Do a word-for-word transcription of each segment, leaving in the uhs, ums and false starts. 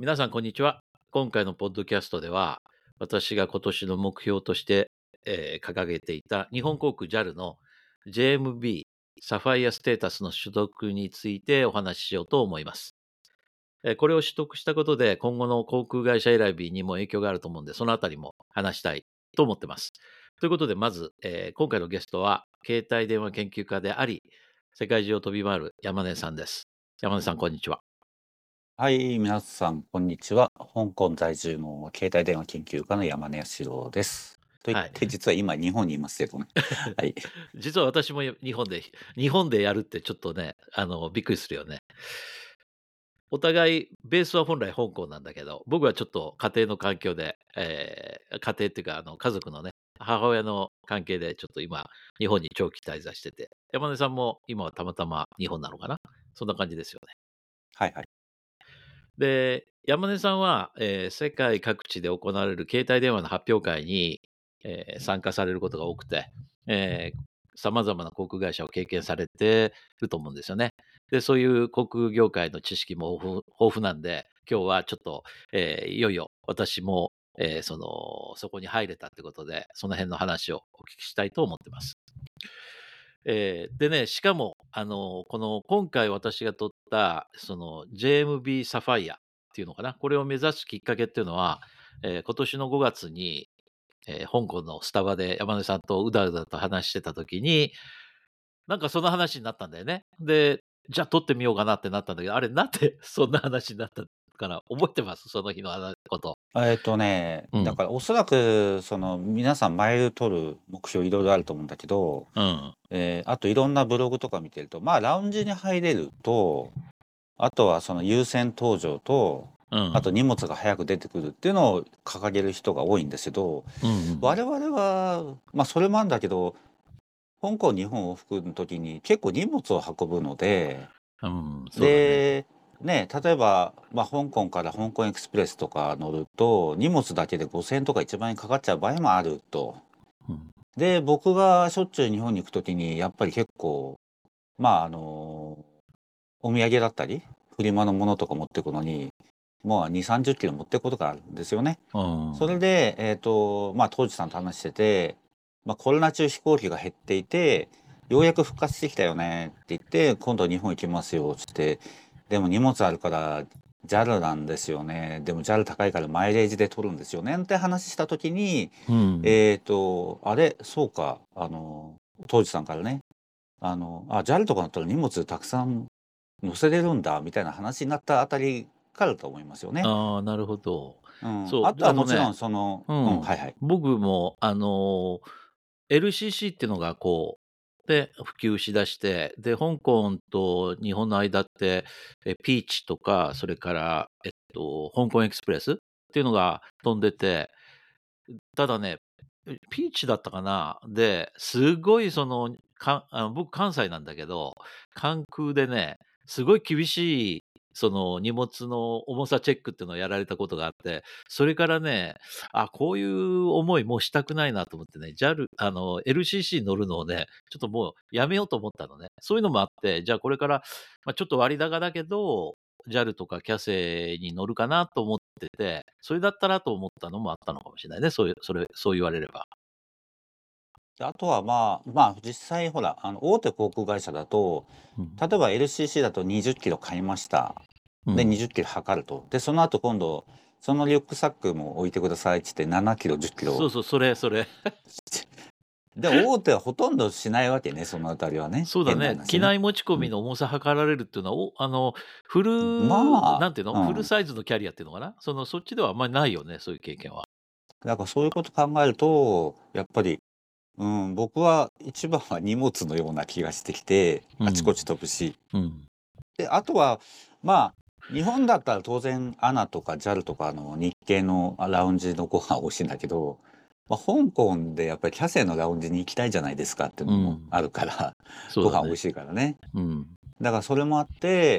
皆さん、こんにちは。今回のポッドキャストでは、私が今年の目標として、えー掲げていた日本航空 ジャル の ジェイエムビー サファイアステータスの取得についてお話ししようと思います。えーこれを取得したことで、今後の航空会社選びにも影響があると思うんで、そのあたりも話したいと思ってます。ということで、まず、えー今回のゲストは、携帯電話研究家であり、世界中を飛び回る山根さんです。山根さん、こんにちは。 はい、皆さん、こんにちは。香港在住の携帯電話研究家の山根康郎です。と言はい。 って、実は今、日本にいますけどね。はい。 実は私も日本で、日本でやるってちょっとね、あの、びっくりするよね。お互い、ベースは本来香港なんだけど、僕はちょっと家庭の環境で、えー家庭っていうか、あの、家族のね、母親の関係でちょっと今、日本に長期滞在してて、山根さんも今はたまたま日本なのかな、そんな感じですよね。 はいはい。 で、山根さんは、えー世界各地で行われる携帯電話の発表会に、えー参加されることが多くて、えさまざまな航空会社を経験されてると思うんですよね。で、そういう航空業界の知識も豊富豊富なんで、今日はちょっと、えーいよいよ私も、えーその、そこに入れたってことで、その辺の話をお聞きしたいと思ってます。えーでね、しかも、あの、この今回私が取った、その ジェイエムビー サファイアっていうのかな、これを目指すきっかけっていうのは、えー今年のごがつに、えー香港のスタバで山根さんとうだうだと話してた時に、なんかその話になったんだよね。で、じゃあ取ってみようかなってなったんだけど、あれなんでそんな話になったかな、覚えてます？その日の話こと。 えっとね、 うん。 だからおそらく、その、皆さんマイル取る目標いろいろあると思うんだけど、 うん。 えーあといろんなブログとか見てると、まあ、ラウンジに入れると、あとはその優先搭乗と、 うん。 あと荷物が早く出てくるっていうのを掲げる人が多いんですけど、 うんうんうん。 我々は、まあ、それもあるんだけど、香港、日本往復の時に結構荷物を運ぶので、 うん、そうだね。 で、ね、例えば、まあ、香港から香港エクスプレスとか乗ると、荷物だけでごせんえんとかいちまん円かかっちゃう場合もあると。 うん。 で、僕がしょっちゅう日本に行く時に、やっぱり結構、まあ、あの、お土産だったり、フリマのものとか持ってくのに、もうに、さんじゅっキロ持ってくことがあるんですよね。 うんそれで、えっと、まあ、当時さんと話してて、まあ、コロナ中飛行機が減っていて、ようやく復活してきたよねって言って、今度日本行きますよって言って、でも荷物あるから ジャル なんですよね。でも ジャル 高いからマイレージで取るんですよねって話した時に、 うん。 えっと、あれ、そうか、あの、当時さんからね、あの、あ、ジャル とかだったら荷物たくさん載せれるんだみたいな話になったあたりからだと思いますよね。 ああ、なるほど。 うん。 そう、 あとでもね、 はもちろんそのうん、 うん、 はいはい。 僕も、あの、エルシーシー っていうのがこう、で、普及しだして、で、香港と日本の間って、え、ピーチとか、それから、えっと、香港エクスプレスっていうのが飛んでて、ただね、え、ピーチだったかな？で、すごいその、かあの、僕関西なんだけど、関空でね、すごい厳しい、その荷物の重さチェックっていうのをやられたことがあって、それからね、あ、こういう思いもうしたくないなと思ってね、ジャルあの、エルシーシー 乗るのをね、ちょっともうやめようと思ったのね。そういうのもあって、じゃあこれから、ま、ちょっと割高だけど、ジャル とかキャセイに乗るかなと思ってて、それだったらと思ったのもあったのかもしれないね、そういうそれそう言われれば。 で、あとは、まあ、まあ、実際ほら、あの、大手航空会社だと、 うん。 例えば エルシーシー だとにじゅっキロ買いました。で、 うん。 にじゅっキロ測ると。で、その後今度、そのリュックサックも置いてくださいっつってななキロ、じゅっキロ。 そうそう、それそれ。 で、大手はほとんどしないわけね、そのあたりはね。変なそうだね、機話ね。 内持ち込うん。 みの重さ測られるっていうのは、おあの、フルまなんていうの、フあ、うん。 ルサイズのキャリアっていうのかな、その、そっちではあんまりないよね、そういう経験は。 だからそういうこと考えると、やっぱり、うん、僕は一番は荷物のような気がしてきて、 うん。 あちこち飛ぶし。 うん。 で、あとは、まあ、日本だったら当然 エーエヌエー とか ジャル とかの日系のあラウンジのご飯美味しいんだけど、まあ、香港でやっぱりキャセイのラウンジに行きたいじゃないですかっていうのもうん。 あるから、 そうだね。 ご飯美味しいからね。 うん。 だからそれもあって、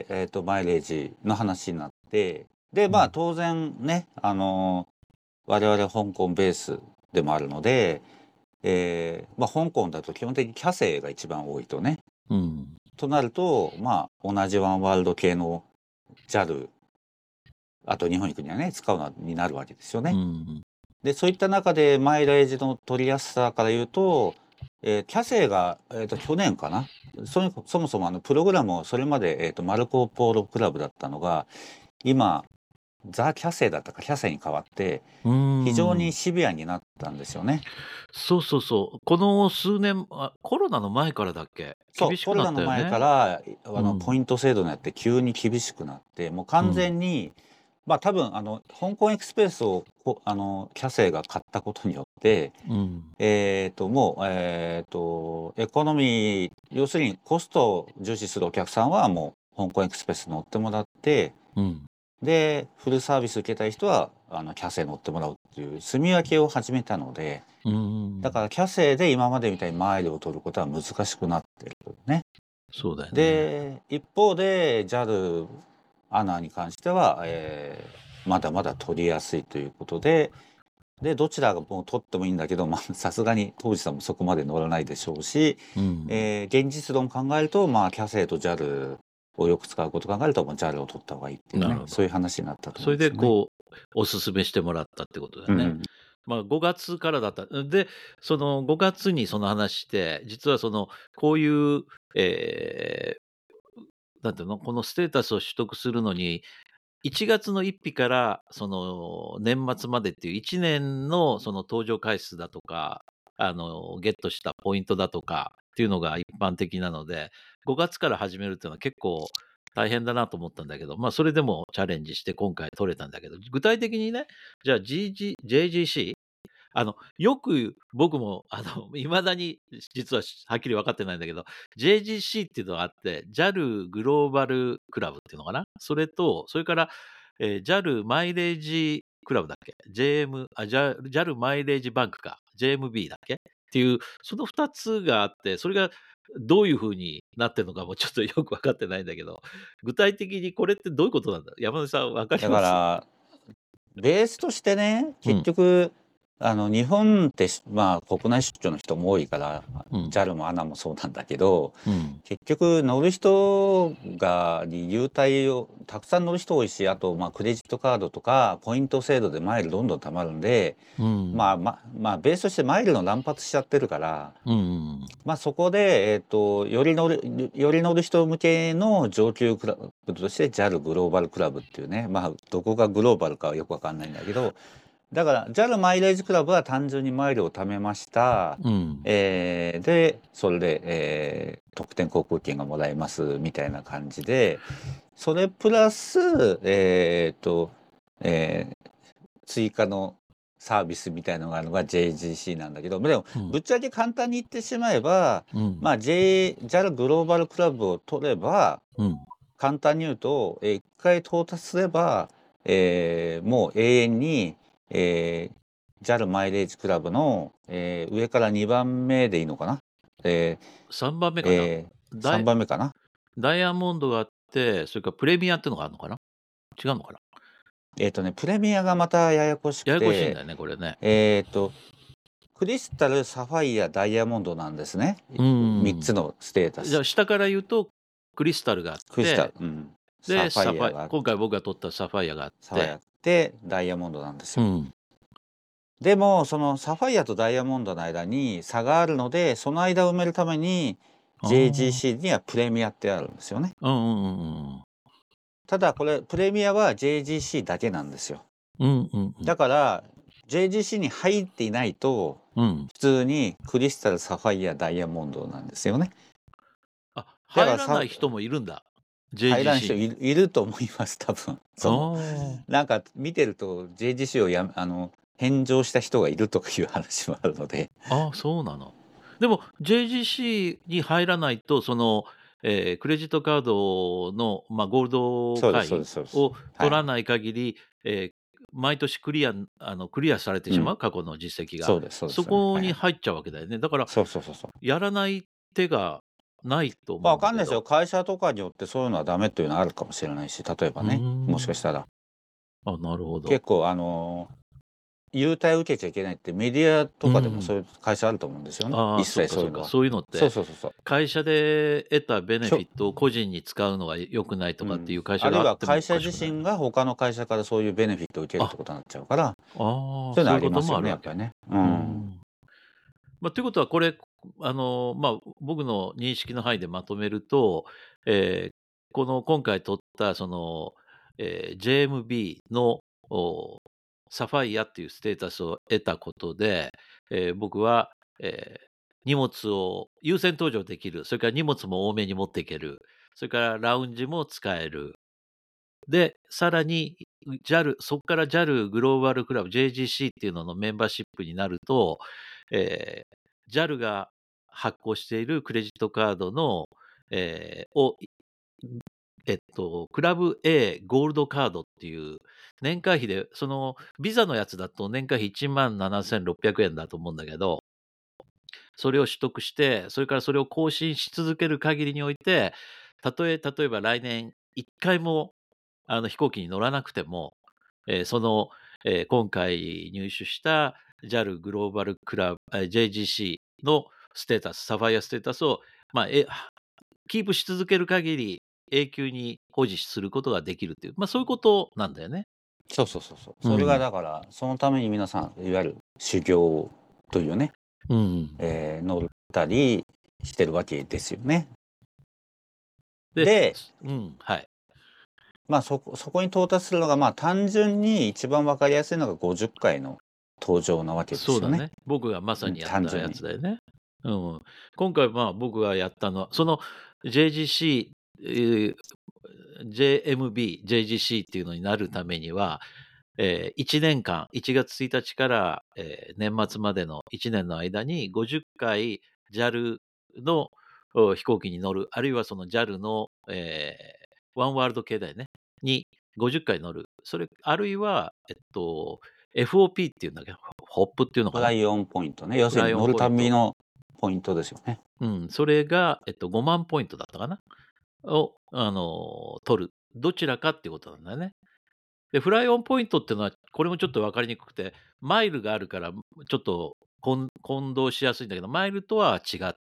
えっと、マイレージの話になって、で、 うん。 まあ当然ね、あの、我々香港ベースでもあるので、えーまあ香港だと基本的にキャセイが一番多いとね。 うん。 となると、まあ同じワンワールド系の ジャルあと日本行くにはね、使うのになるわけですようね。 ん。 で、そういった中でマイレージの取りやすさから言うと、えーキャセイが、えーと、去年かな。それそもそもあのプログラムをそれまで、えーと、マルコ・ポーロクラブだったのが、今、ザ・キャセイだったかキャセイに変わって、 う非常ん。 にシビアになったんですよね。 そうそうそう。この数年、あ、コロナの前からだっけそう、 厳しくなコロナのったよね。 前から、あの、 うん。 ポイント制度になって急に厳しくなって、もうう完ん。 全に、まあ多分、あの、香港エクスプレスを、こあの、キャセイが買ったことによって、 うん。 えっと、もう、えっと、エコノミー、要するにコストを重視するお客さんはもう、香港エクスプレス乗ってもらって、 うん。 で、フルサービス受けたい人は、あの、キャセイ乗ってもらうっていう、住み分けを始めたので、 うん。 だからキャセイで今までみたいにマイルを取ることは難しくなってるね。 そうだよね。 で、一方で ジャル、アナに関しては、えーまだまだ取りやすいということで、で、どちらがもう取ってもいいんだけど、まあ、さすがに当時さんもそこまで乗らないでしょうし、 うん。 えー現実論考えると、まあ、キャセイと ジャル をよく使うことを考えると、まあ、ジャル を取った方がいいっていうね、 なるほど。 そういう話になったとそれで思うんですよね。 こう、お勧めしてもらったってことだよね。 うんうん。 まあ、ごがつからだった。で、そのごがつにその話して、実はその、こういう、えーなんていうの、このステータスを取得するのに、いちがつのついたちから、その、年末までっていういちねんのその登場回数だとか、あの、ゲットしたポイントだとかっていうのが一般的なので、ごがつから始めるっていうのは結構大変だなと思ったんだけど、まあ、それでもチャレンジして今回取れたんだけど、具体的にね、じゃあ ジージー、ジェイジーシー？あの、よく僕も、あの、未だに実ははっきり分かってないんだけど、ジェイジーシー っていうのがあって、ジャル グローバルクラブっていうのかな、それと、それから、えー、ジャル マイレージクラブだっけ ?ジェーエム、あ、ジャル、ジャル マイレージバンクか。ジェーエムビー だっけっていう、そのふたつがあって、それがどういう風になってるのかもちょっとよく分かってないんだけど、具体的にこれってどういうことなんだ山根さん分かりだます？ から、ベースとしてね、結うん、 局、あの、日本ってし、まあ、国内出張の人も多いから、 うん、 ジャル も エーエヌエー もそうなんだけど、 うん、 結局乗る人がに優待をたくさん乗る人多いし、あとまあクレジットカードとかポイント制度でマイルどんどん貯まるんで、 うん、 まあまあまあベースとしてマイルの乱発しちゃってるから、 うん、 まあそこでえっとより乗るより乗る人向けの上級クラブとして ジャル グローバルクラブっていうね、まあどこがグローバルかはよくわかんないんだけど、だから ジャル マイレージクラブは単純にマイルを貯めました。 うん。 えーで、それで、えー特典航空券がもらえますみたいな感じで、それプラス、えーと、えー追加のサービスみたいのがあるのが ジェイジーシー なんだけど、でも、 うんぶっちゃけ簡単に言ってしまえば、 うんまあ、J、ジャル グローバルクラブを取れば、 うん簡単に言うと、えー一回到達すれば、えーもう永遠に、えー、ジャル マイレージクラブの、えー上からにばんめでいいのかな、えさんばんめーかな。 えー、3 ダイ番目かな。 ダイヤモンドがあって、それからプレミアってのがあるのかな？違うのかな？ えっ、とね、プレミアがまたややこしくややこしいんて、 だよね、これね。 えっ、と、クリスタル、サファイア、ダイヤモンドなんですね。 うみっん。 つのステータス。 じゃあ下から言うと、クリスタルがあっクリスタル、 て、 うん。サで、 ファサファイイアがあって、 今回僕が取ったサファイアがあっサファイアて、 あって、ダイヤモンドなんですよ。 うん。 でも、そのサファイアとダイヤモンドの間に差があるので、その間を埋めるために、 ああ。 ジェイジーシー にはプレミアってあるんですよね。 うんうんうんただ、これ、プレミアは ジェイジーシー だけなんですよ。 うん。うんうんうん。 だから、ジェイジーシー に入っていないと、 うん。 普通にクリスタル、サファイア、ダイヤモンドなんですよね。 あ、 だからさ、 入らない人もいるんだ。 入らないジェイジーシー に。 人いるいると思います、多分。その、 ああ。 なんか見てると ジェイジーシー をやめ、あの、返上した人がいるとかいう話もあるので。 ああ、そうなの。でも ジェイジーシー に入らないと、その、えークレジットカードの、まあ、ゴールドそうです、そう会員です、そうです。 をはい。 取らない限り、えー毎年クリアあの、クリアされてうん。 しまう、過去の実績が。 そうです、そうですそよね。 こはいはい。 に入っちゃうわけだよね。だから、 そうそうそうそう。 やらない手がないとまあ、 思うんだけど。 わかんないですよ。会社とかによってそういうのはダメというのはあるかもしれないし、例えばうーね、もしかん。 したら。 あ、なるほど。 結構、あの、 優待を受けちゃいけないってメディアうとかでもん。 そういう会社あると思うんですよね。 ああ、 一そうかそうか。 切そういうのは。 そういうのっそうて、 そうそうそう。 会社で得たベネきょフィットを個人に使うのが良くないとかっていうん。 う会社あるいがあってもおは会社かしくないな。 自身が他の会社からそういうベネフィットを受けるってあ、 ことになっちゃうから、 ああ、 そういうのあそういうことりますよね、 もあるわけ。 やっぱりね。ううーん。 ん。ま、ということはこれ、あの、まあ、僕の認識の範囲でまとめると、ええ、この今回取ったその、ええ、ジェーエムビー の、おサファイアっていうステータスを得たことで、ええ、僕は、ええ、荷物を優先搭乗できる、それから荷物も多めに持っていける、それからラウンジも使える。で、さらに、う ジャル そっから ジャル グローバルクラブ、ジェージーシー っていうののメンバーシップになると、ええ、ジャル が発行しているクレジットカードの、ええ、を、いん、えっと、クラブ A ゴールドカードっていう年会費で、そのビザのやつだと年会費いちまんななせんろっぴゃくえんだと思うんだけど、それを取得して、それからそれを更新し続ける限りにおいて、たとえ例えば来年いっかいもあの飛行機に乗らなくても、ええ、その、ええ、今回入手した ジャル グローバルクラブえ、ジェージーシー のステータス、サファイアステータスを、ま、えはキープし続ける限り、永久に保持することができるっていう、ま、そういうことなんだよね。 そうそうそうそう。それがうん。 だから、そのために皆さん、いわゆる修行というね、 うん。 ええ、乗ったりしてるわけですよね。 で、 ですうん、はい。 ま、そこそこに到達するのが、まあ、単純に一番分かりやすいのがごじゅっかいの搭乗なわけですよね。 そうだね。僕がまさうん、 にやったや単純に。 つだよね。うん。今回、まあ、僕がやったのは、その ジェージーシー、ええ、ジェーエムビー、ジェージーシー っていうのになるためには、ええ、いちねんかん、いちがつついたちから、ええ、年末までのいちねんの間にごじゅっかい ジャル の、お飛行機に乗る、あるいはその ジャル の、ええ、ワンワールド系だよね、にごじゅっかい乗る。それ、あるいは、えっと、エフオーピー っていうんだけど、ホップっていうのかな。 フライオンポイントね。要フライオするに乗るンポイント。 たんびのポイントですよね。 うん、それが、えっと、ごまんポイントだったかな。を、あの、取る。どちらかっていうことなんだよね。で、フライオンポイントってのは、これもちょっと分かりにくくて、マイルがあるから、ちょっと、こん混同しやすいんだけど、マイルとは違って、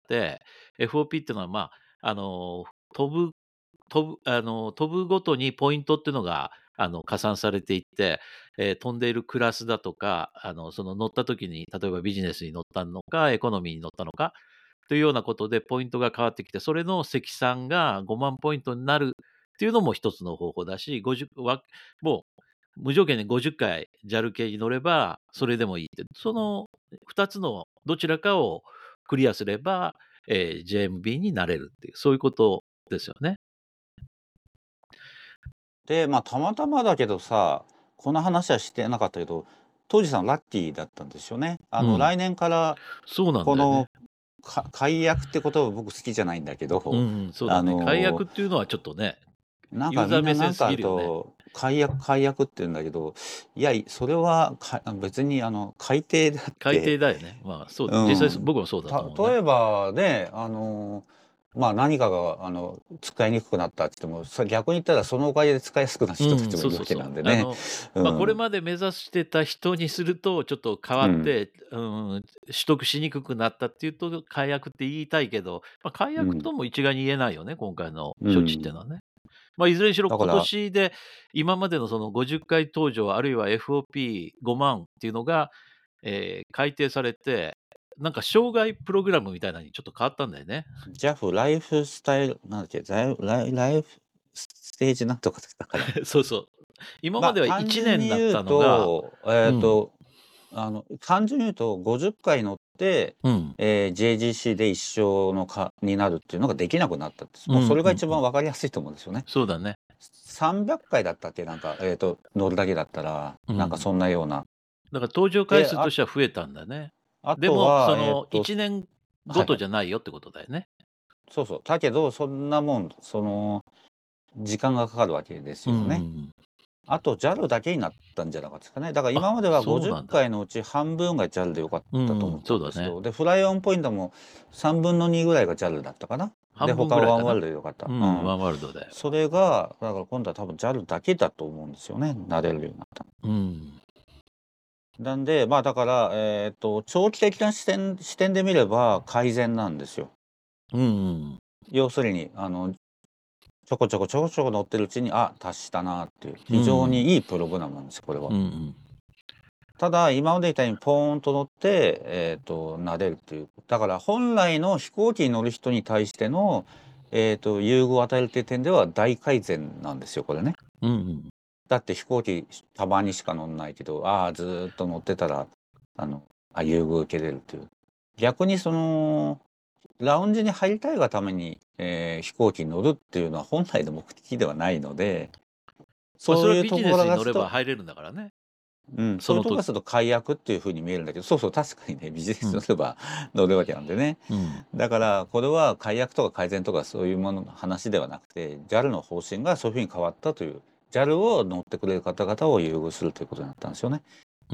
エフオーピー ってのは、まあ、あの、飛ぶ飛ぶあの、飛ぶごとにポイントってのが、あの、加算されていって、ええ、飛んでいるクラスだとか、あの、その乗った時に、例えばビジネスに乗ったのか、エコノミーに乗ったのかというようなことでポイントが変わってきて、それの積算がごまんポイントになるっていうのも一つの方法だし、ごじゅうわもう無条件でごじゅっかい ジャル 系に乗れば、それでもいいって、そのふたつのどちらかをクリアすれば、ええ、ジェーエムビー になれるっていう、そういうことですよね。 で、ま、たまたまだけどさ、この話はしてなかったけど、当時さんラッキーだったんですよね。あの、 うん。 来年から、 そうなんだよね。 この、か解約って言葉僕好きじゃないんだけど、 うんうん、そうだあね。解の約っていうのはちょっとね、 なんかみんユーザー目線ななんかあるすぎるよね。 と、解約解約って言うんだけど、いや、いそれは、か別にあの、改定であっ改て、 定だよね。まあ、そう、 う実際そん。 僕もそうだと思うな。 た例えばね、あの、まあ、何かがあの、使いにくくなったっつっても、それ逆に言ったらそのおかげで使いやすくなる人たうん、 ちもいるわけそうそうそう。 なんでね。 あの、ま、これうん。 まで目指してた人にすると、ちょっと変わうん。 って、うん、取得しにくくなったっていうと、解約って言いたいけど、ま、解うん。 約とも一概に言えないよね、今回の処置ってうん。 のはね。ま、いずれにしろ今だから年で、今までのそのごじゅっかい搭乗、あるいは エフオーピーごまんっていうのが、ええ、改定されて、なんか生涯プログラムみたいなのにちょっと変わったんだよね。 ジャフライフスタイルなんだっけ、ザイライライフスステージなんとかだったかな。 そうそう。今まま、 では単 1年だっ純に言うたのがと、えうん。 っと、あの、単純に言うとごじゅっかい乗って、 うん。 ええ、ジェージーシー で一生のかになるっていうのができなくなったんです。もうそうんれが一番うんうん。 分かりやすいと思うんですよね。 そうだね。 さんびゃっかいだったっけ、なんか、えっと、乗るだけだったら、 うん。 なんかそんなような。 だから搭乗回で、あ数としては増えたんだね。 あでも、そとは、えっのといちねんごとはいはい。 じゃないよってことだよね。 そうそう。だけど、そんなもん、その、時間がかかるわけですうんうんうよね。 ん。 あと ジャル だけになったんじゃなかったですかね。だから今あ、 までは50 そうなんだ。 回のうち半分が ジャル で良かっうんうん、 たと思っそうだね。 たんですよ。で、フライオンポイントもさんぶんのにぐらいが ジャル だったかな。で、 半分他はワンワーぐらいかな。 ルドで良かった。 うん、 うん。 ワンワールドで。 それが、だから今度は多分 ジャル だけだと思うんですよね、なれるようになったの。 うん。 なんで、まあだから、えっと、長期的な視点視点で見れば改善なんですよ。 うんうん。 要するに、あの、ちょこちょこちょこちょこ乗ってるうちに、あ、達したなっていう、 う非常ん。 にいいプログラムなんですよ、これは。 うんうん。 ただ、今まで言ったようにポーンと乗って、えっと、撫でるっていう。だから本来の飛行機に乗る人に対しての、えっと、優遇を与えるっていう点では大改善なんですよ、これね。 うんうん。 だって飛行機たまにしか乗んないけど、ああ、ずーっと乗ってたら、あの、あ、優遇受けれるっていう。逆にその、ラウンジに入りたいがために、えー飛行機に乗るっていうのは本来の目的ではないので、 まあ、そそういうとこれはビジネスにろがすると、 乗れば入れるんだからね。 うん、そういうところがその時。 すると解約っていうふうに見えるんだけど、そうそう、確かにね、ビジネうん。 ス乗れば乗るわけなんでね。 うん。 だから、これは解約とか改善とかそういうものの話ではなくて、ジャル の方針がそういうふうに変わったという、ジャル を乗ってくれる方々を優遇するということになったんですよね。 うん。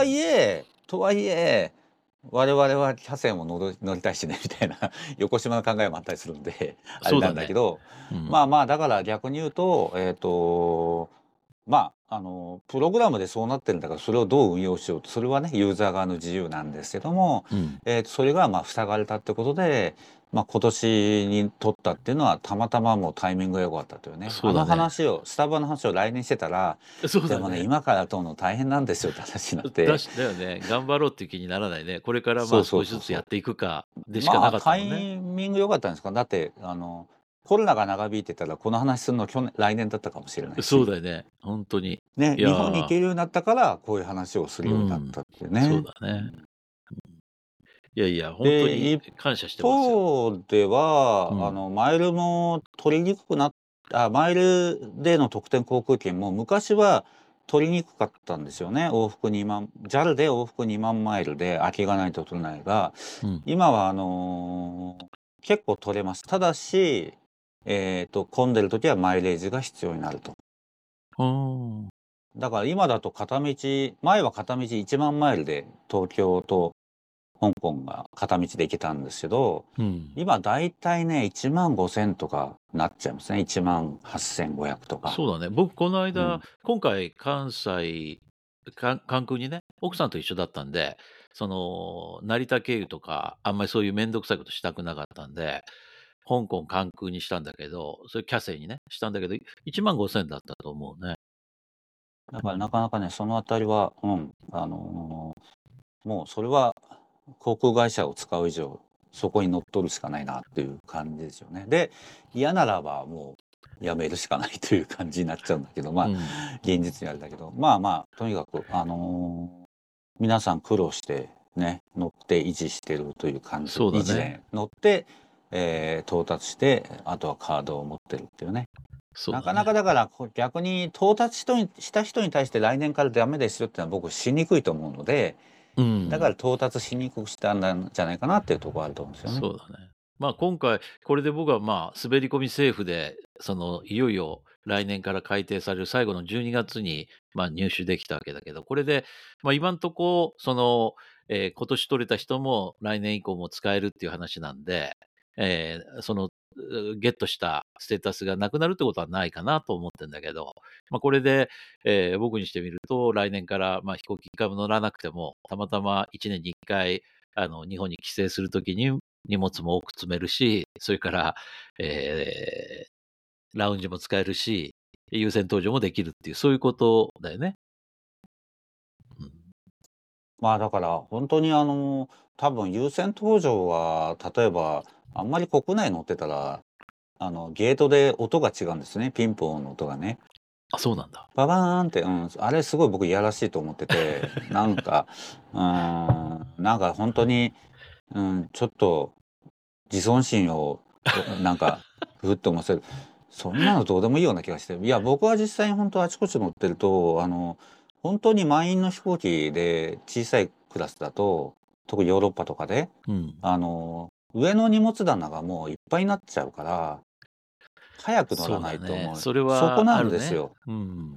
とはいえ、とはいえ、我々はキャセンを乗る乗りたいしねみたいな横島の考えもあったりするんであれなそうだね。 んだけど、 うん。 まあまあだから逆に言うと、えっと、まあ、あの、プログラムでそうなってるんだからそれをどう運用しようと、それはね、ユーザー側の自由なんですけども、 うん。 えっと、それがまあ塞がれたってことで、まあ今年に取ったっていうのはたまたまもうタイミングが良かったというね。あのそうだね。 話を、スタバの話を来年してたら、でもね、 そうだね。 今から取るの大変なんですよって話になって、 だしだよね。頑張ろうっていう気にならないね。これからまあそうそ少うそうそしずつやっていくかう。 でしかなまあ、タかったもんね。 イミング良かったんですか。だって、あの、コロナが長引いてたら、この話するの去年来年だったかもしれないし、 そうだよね。ほんとに。 ね、 いや日本に行ー、 けるようになったから、こういう話をするようになっうん。 たっていうそうね。 だね。 うん。 いやいや、ほんとで、 に一感謝してますよ。 方では、あうん。 の、マイルも取りにくくなっあ、マイルでの特典航空券も昔は取りにくかったんですよね。往復にまん ジャル で往復にまんマイルで空きがないと取れないが、 うん。 今はあの、結構取れます。ただし、えっと、混んでる時はマイレージが必要になると。 ああ。 だから今だと片道前は片道いちまんマイルで東京と香港が片道で行けたんですけど、 うん。 今だいたいね、いちまんごせんとかなっちゃいますね。いちまんはっせんごひゃくとか。 そうだね。僕この間、 うん。 今回関西、か関空にね、奥さんと一緒だったんで、その、成田経由とか、あんまりそういうめんどくさいことしたくなかったんで、香港関空にしたんだけど、それキャセイにね、したんだけど、いちまんごせんだったと思うね。 だからなうん。 かなかね、そのあたりは、うん、あの、もうそれは航空会社を使う以上、そこに乗っ取るしかないなっていう感じですよね。で、嫌ならばもうやめるしかないという感じになっちゃうんだけど、まあ、 うん。 現実にあれだけど、まあまあ、とにかく、あの、皆さん苦労してね、乗って維持してるという感じ。維持そうだね。 で乗って、えー到達して、あとはカードを持ってるっていうね。なかなそうだね。 かだから、こう逆に到達人にした人に対して来年からダメですよっていうのは僕しにくいと思うので、 うだからん。 到達しにくくしたんじゃないかなっていうところあると思うんですよね。 そうだね。まあ、今回、これで僕は、まあ、滑り込みセーフで、その、いよいよ来年から改定される最後のじゅうにがつに、まあ、入手できたわけだけど、これで、まあ、今んとこ、その、えー今年取れた人も来年以降も使えるっていう話なんで、えーその、うゲットしたステータスがなくなるってことはないかなと思ってんだけど、まあ、これで、えー僕にしてみると、来年から、まあ、飛行機一回も乗らなくても、たまたまいちねんにいっかい、あの、日本に帰省するときに荷物も多く積めるし、それから、えーラウンジも使えるし、優先搭乗もできるっていう、そういうことだよね。うん。 まあだから本当にあの、多分優先搭乗は、例えばあんまり国内乗ってたら、あの、ゲートで音が違うんですね。ピンポンの音がね。 あ、そうなんだ。 ババーンって、うん、あれすごい僕いやらしいと思ってて、なんか、うーん、なんか本当に、うん、ちょっと自尊心を、おなんか、ふっと思わせる。そんなのどうでもいいような気がして。いや、僕は実際に本当あちこち乗ってると、あの、本当に満員の飛行機で小さいクラスだと、特にヨーロッパとかで、 うん。 あの、上の荷物棚がもういっぱいになっちゃうから、早く乗らそうないとだね。 もう、 それはそこなあるね。 んですよ。 うん。 うん。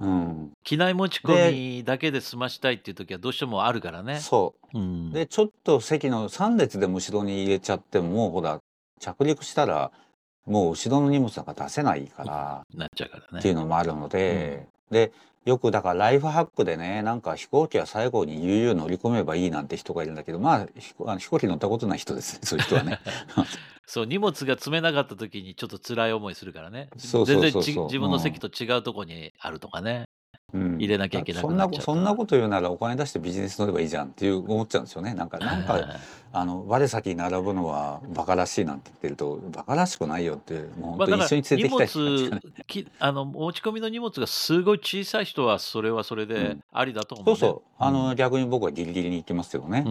機内持ち込で、 みだけで済ましたいっていう時はどうしてもあるからね。 そう。 うん。 で、ちょっと席のさん列でも後ろに入れちゃっても、もうほら、着陸したら、もう後ろの荷物なんか出せないからなっちゃうからね。 っていうのもあるのうん。 で、 で、よくだからライフハックでね、なんか飛行機は最後に悠々乗り込めばいいなんて人がいるんだけど、まあ、飛行あの飛行機乗ったことない人ですね、そういう人はね。 そう、荷物が積めなかった時にちょっと辛い思いするからね。 そうそう全然ちそうそう。 自分の席と違うとこにあるとかね、 うん。うん。 入れなきゃいだけなくなっそんなこそんちゃうとか。 なこと言うならお金出してビジネス乗ればいいじゃんっていう思っちゃうんですよね。なんかなんか、あの、我先に並ぶのは馬鹿らしいなんて言ってると、馬鹿らしくないよって、もう本ま、 当にだから、 一緒に連れ荷てきたいって感じが物、 ね。 きあの、持ち込みの荷物がすごい小さい人は、それはそれでうん。 ありだと思うね。 そうそう。 うん。 あの、逆に僕はギリギリに行きますけどね。 うん、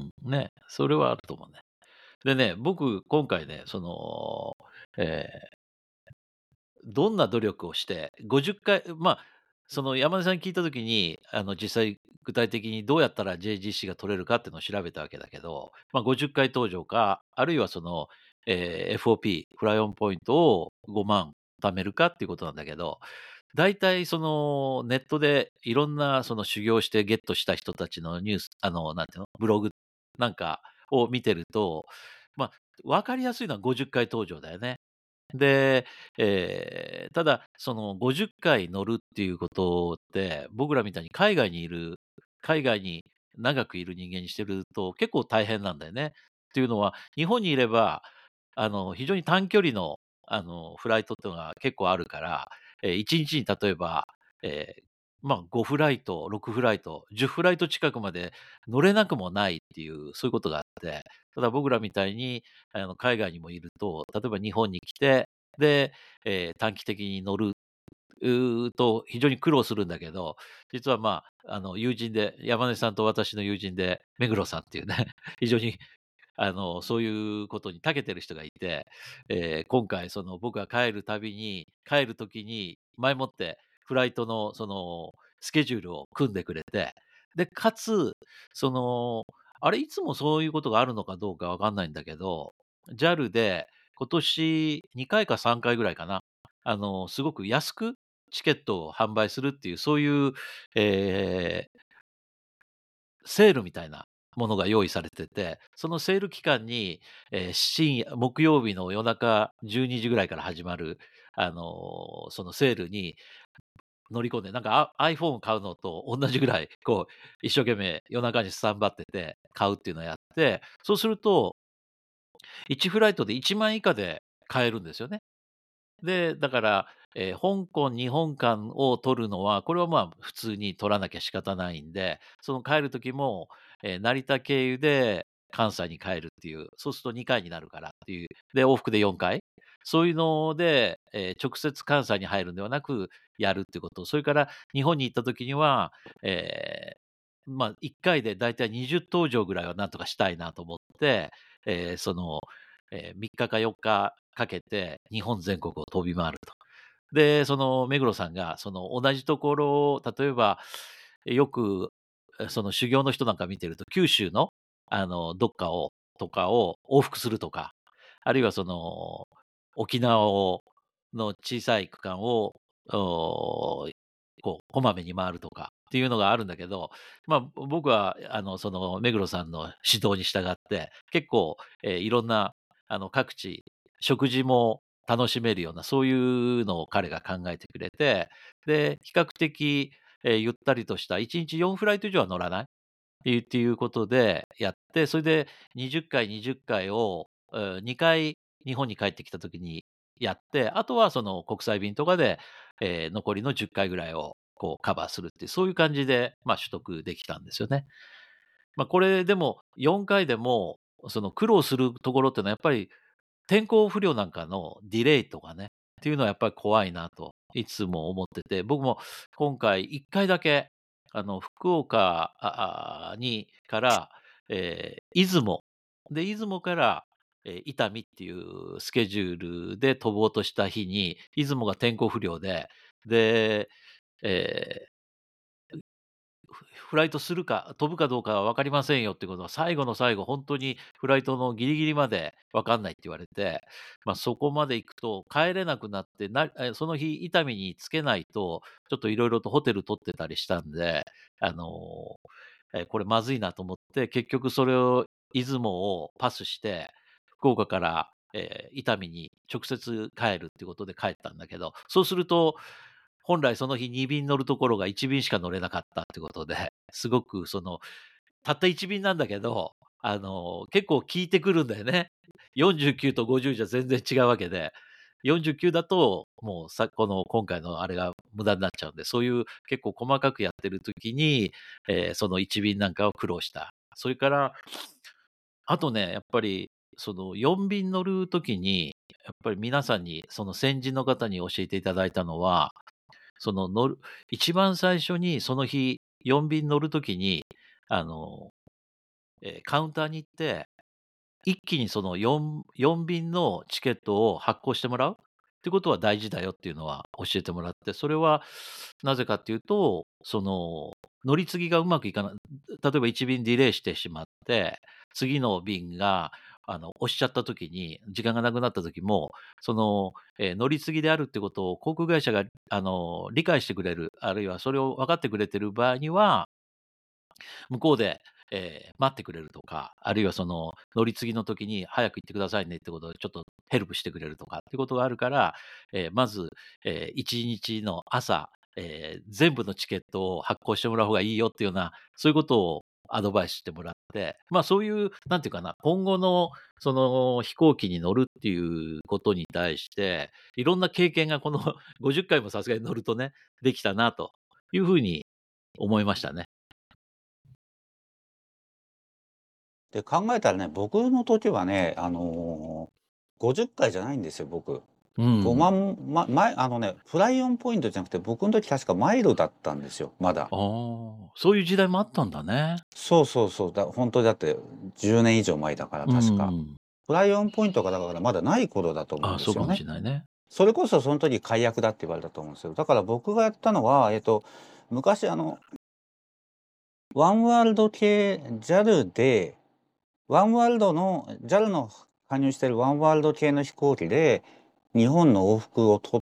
ね、それはあると思うね。でね、僕今回ね、その、ええどんな努力をして、ごじゅっかいまあ、その山根さんに聞いた時に、あの、実際具体的にどうやったら ジェイジーシー が取れるかっていうのを調べたわけだけど、まあ、ごじゅっかい搭乗か、あるいはその、えー エフオーピー、フライオンポイントをごまん貯めるかっていうことなんだけど、大体そのネットでいろんなその修行してゲットした人たちのニュース、あの、なんていうの、ブログなんかを見てると、まあ、分かりやすいのはごじゅっかい搭乗だよね。で、えーただ、そのごじゅっかい乗るっていうことって、僕らみたいに海外にいる海外に長くいる人間にしてると結構大変なんだよね。っていうのは、日本にいれば、あの、非常に短距離の、あの、フライトっていうのが結構あるから、えーいちにちに例えば、えーまあ、ごフライト、ろくフライト、じゅうフライト近くまで乗れなくもないっていう、そういうことがあって、ただ僕らみたいにあの、海外にもいると、例えば日本に来て、で、えー短期的に乗るうーと非常に苦労するんだけど、実は、まあ、あの、友人で、山根さんと私の友人で、目黒さんっていうね、非常に、あの、そういうことに長けてる人がいて、えー今回、その、僕が帰るたびに帰る時に、前もってフライトの、その、スケジュールを組んでくれて、で、かつ、その、あれ、いつもそういうことがあるのかどうかわかんないんだけど、ジャル で今年にかいかさんかいぐらいかな、あの、すごく安くチケットを販売するっていう、そういう、えーセールみたいなものが用意されてて、そのセール期間に、えー深夜木曜日の夜中じゅうにじぐらいから始まる、あの、そのセールに乗り込んで、なんか、あ iPhone を買うのと同じぐらい、こう、一生懸命夜中にスタンバってて買うっていうのをやって、そうすると、いちフライトでいちまん以下で買えるんですよね。で、だから、えー香港、日本間を取るのは、これはまあ普通に取らなきゃ仕方ないんで、その帰る時も、えー成田経由で関西に帰るっていう、そうするとにかいになるからっていう、で、往復でよんかい。そういうので、えー直接関西に入るんではなく、やるってこと。それから日本に行った時には、えーまあ、いっかいでだいたいにじゅう搭乗ぐらいはなんとかしたいなと思って、えーその、えーみっかかよっかかけて日本全国を飛び回ると。で、その目黒さんが、その同じところを、例えば、よく、え、その修行の人なんか見てると、九州の、あの、どっかをとかを往復するとか、あるいはその、沖縄をの小さい区間を、おこう、こまめに回るとかっていうのがあるんだけど、まあ、僕は、あの、その目黒さんの指導に従って、結構、え、いろんな、あの、各地、食事も楽しめるような、そういうのを彼が考えてくれて、で、比較的、え、ゆったりとしたいちにちよんフライト以上は乗らないっていうっていうことでやって、それでにじゅっかい、にじゅっかいを、え、にかい日本に帰ってきた時にやって、あとはその国際便とかで、え、残りのじゅっかいぐらいをこうカバーするっていう、そういう感じで、ま、取得できたんですよね。ま、これでもよんかいでも、その苦労するところってのはやっぱり天候不良なんかのディレイとかね、っていうのはやっぱり怖いなといつも思ってて、僕も今回いっかいだけ、あの、福岡、ああ、にから、えー出雲、で、出雲から、え、伊丹っていうスケジュールで飛ぼうとした日に、出雲が天候不良で、で、えーフフライトするか、飛ぶかどうかは分かりませんよってことは、最後の最後、本当にフライトのギリギリまで分かんないって言われて、ま、そこまで行くと帰れなくなって、なえ、その日伊丹に着けないと、ちょっと色々とホテル取ってたりしたんで、あの、え、これまずいなと思って、結局それを出雲をパスして、福岡から、え、伊丹に直接帰るっていうことで帰ったんだけど、そうすると本来その日に便乗るところがいち便しか乗れなかったってことで、すごくその、たったいち便なんだけど、あの、結構効いてくるんだよね。よんじゅうきゅうとごじゅうじゃ全然違うわけで、よんじゅうきゅうだと、もうさこの今回のあれが無駄になっちゃうんで、そういう結構細かくやってる時に、えーそのいち便なんかを苦労した。それから、あとね、やっぱり、そのよん便乗る時に、やっぱり皆さんに、その先人の方に教えていただいたのは、その乗る一番最初にその日、よん便乗る時に、あの、えーカウンターに行って、一気にそのよん、よん便のチケットを発行してもらうってことは大事だよっていうのは教えてもらって、それはなぜかっていうと、その乗り継ぎがうまくいかない、例えばいち便ディレイしてしまって、次の便があの押しちゃった時に、時間がなくなった時も、その、えー乗り継ぎであるってことを航空会社があの理解してくれる、あるいはそれを分かってくれてる場合には、向こうで、えー待ってくれるとか、あるいはその乗り継ぎの時に早く行ってくださいねってことでちょっとヘルプしてくれるとかってことがあるから、えーまず、えーいちにちの朝、えー全部のチケットを発行してもらう方がいいよっていうような、そういうことをアドバイスしてもらって、まあそういう、なんていうかな、今後のその飛行機に乗るっていうことに対して、いろんな経験がこのごじゅっかいもさすがに乗るとね、できたなというふうに思いましたね。 で、考えたらね、僕の時はね、あの、ごじゅっかいじゃないんですよ、僕。 う 5 ん。 万、ま、前、あのね、フライオンポイントじゃなくて、僕の時確かマイルだったんですよ、まだ。 ああ、そういう時代もあったんだね。 そうそうそう、だ本当にだってじゅうねん以上前だからう確か。 ん。 フライオンポイントがだからまだない頃だと思うあ、そうかもんですよね。 しれないね。 それこそその時解約だって言われたと思うんですよ。だから僕がやったのは、えっと、昔あの、ワンワールド系 ジャル で、ワンワールドの ジャル の加入してるワンワールド系の飛行機で、日本の往復を取って、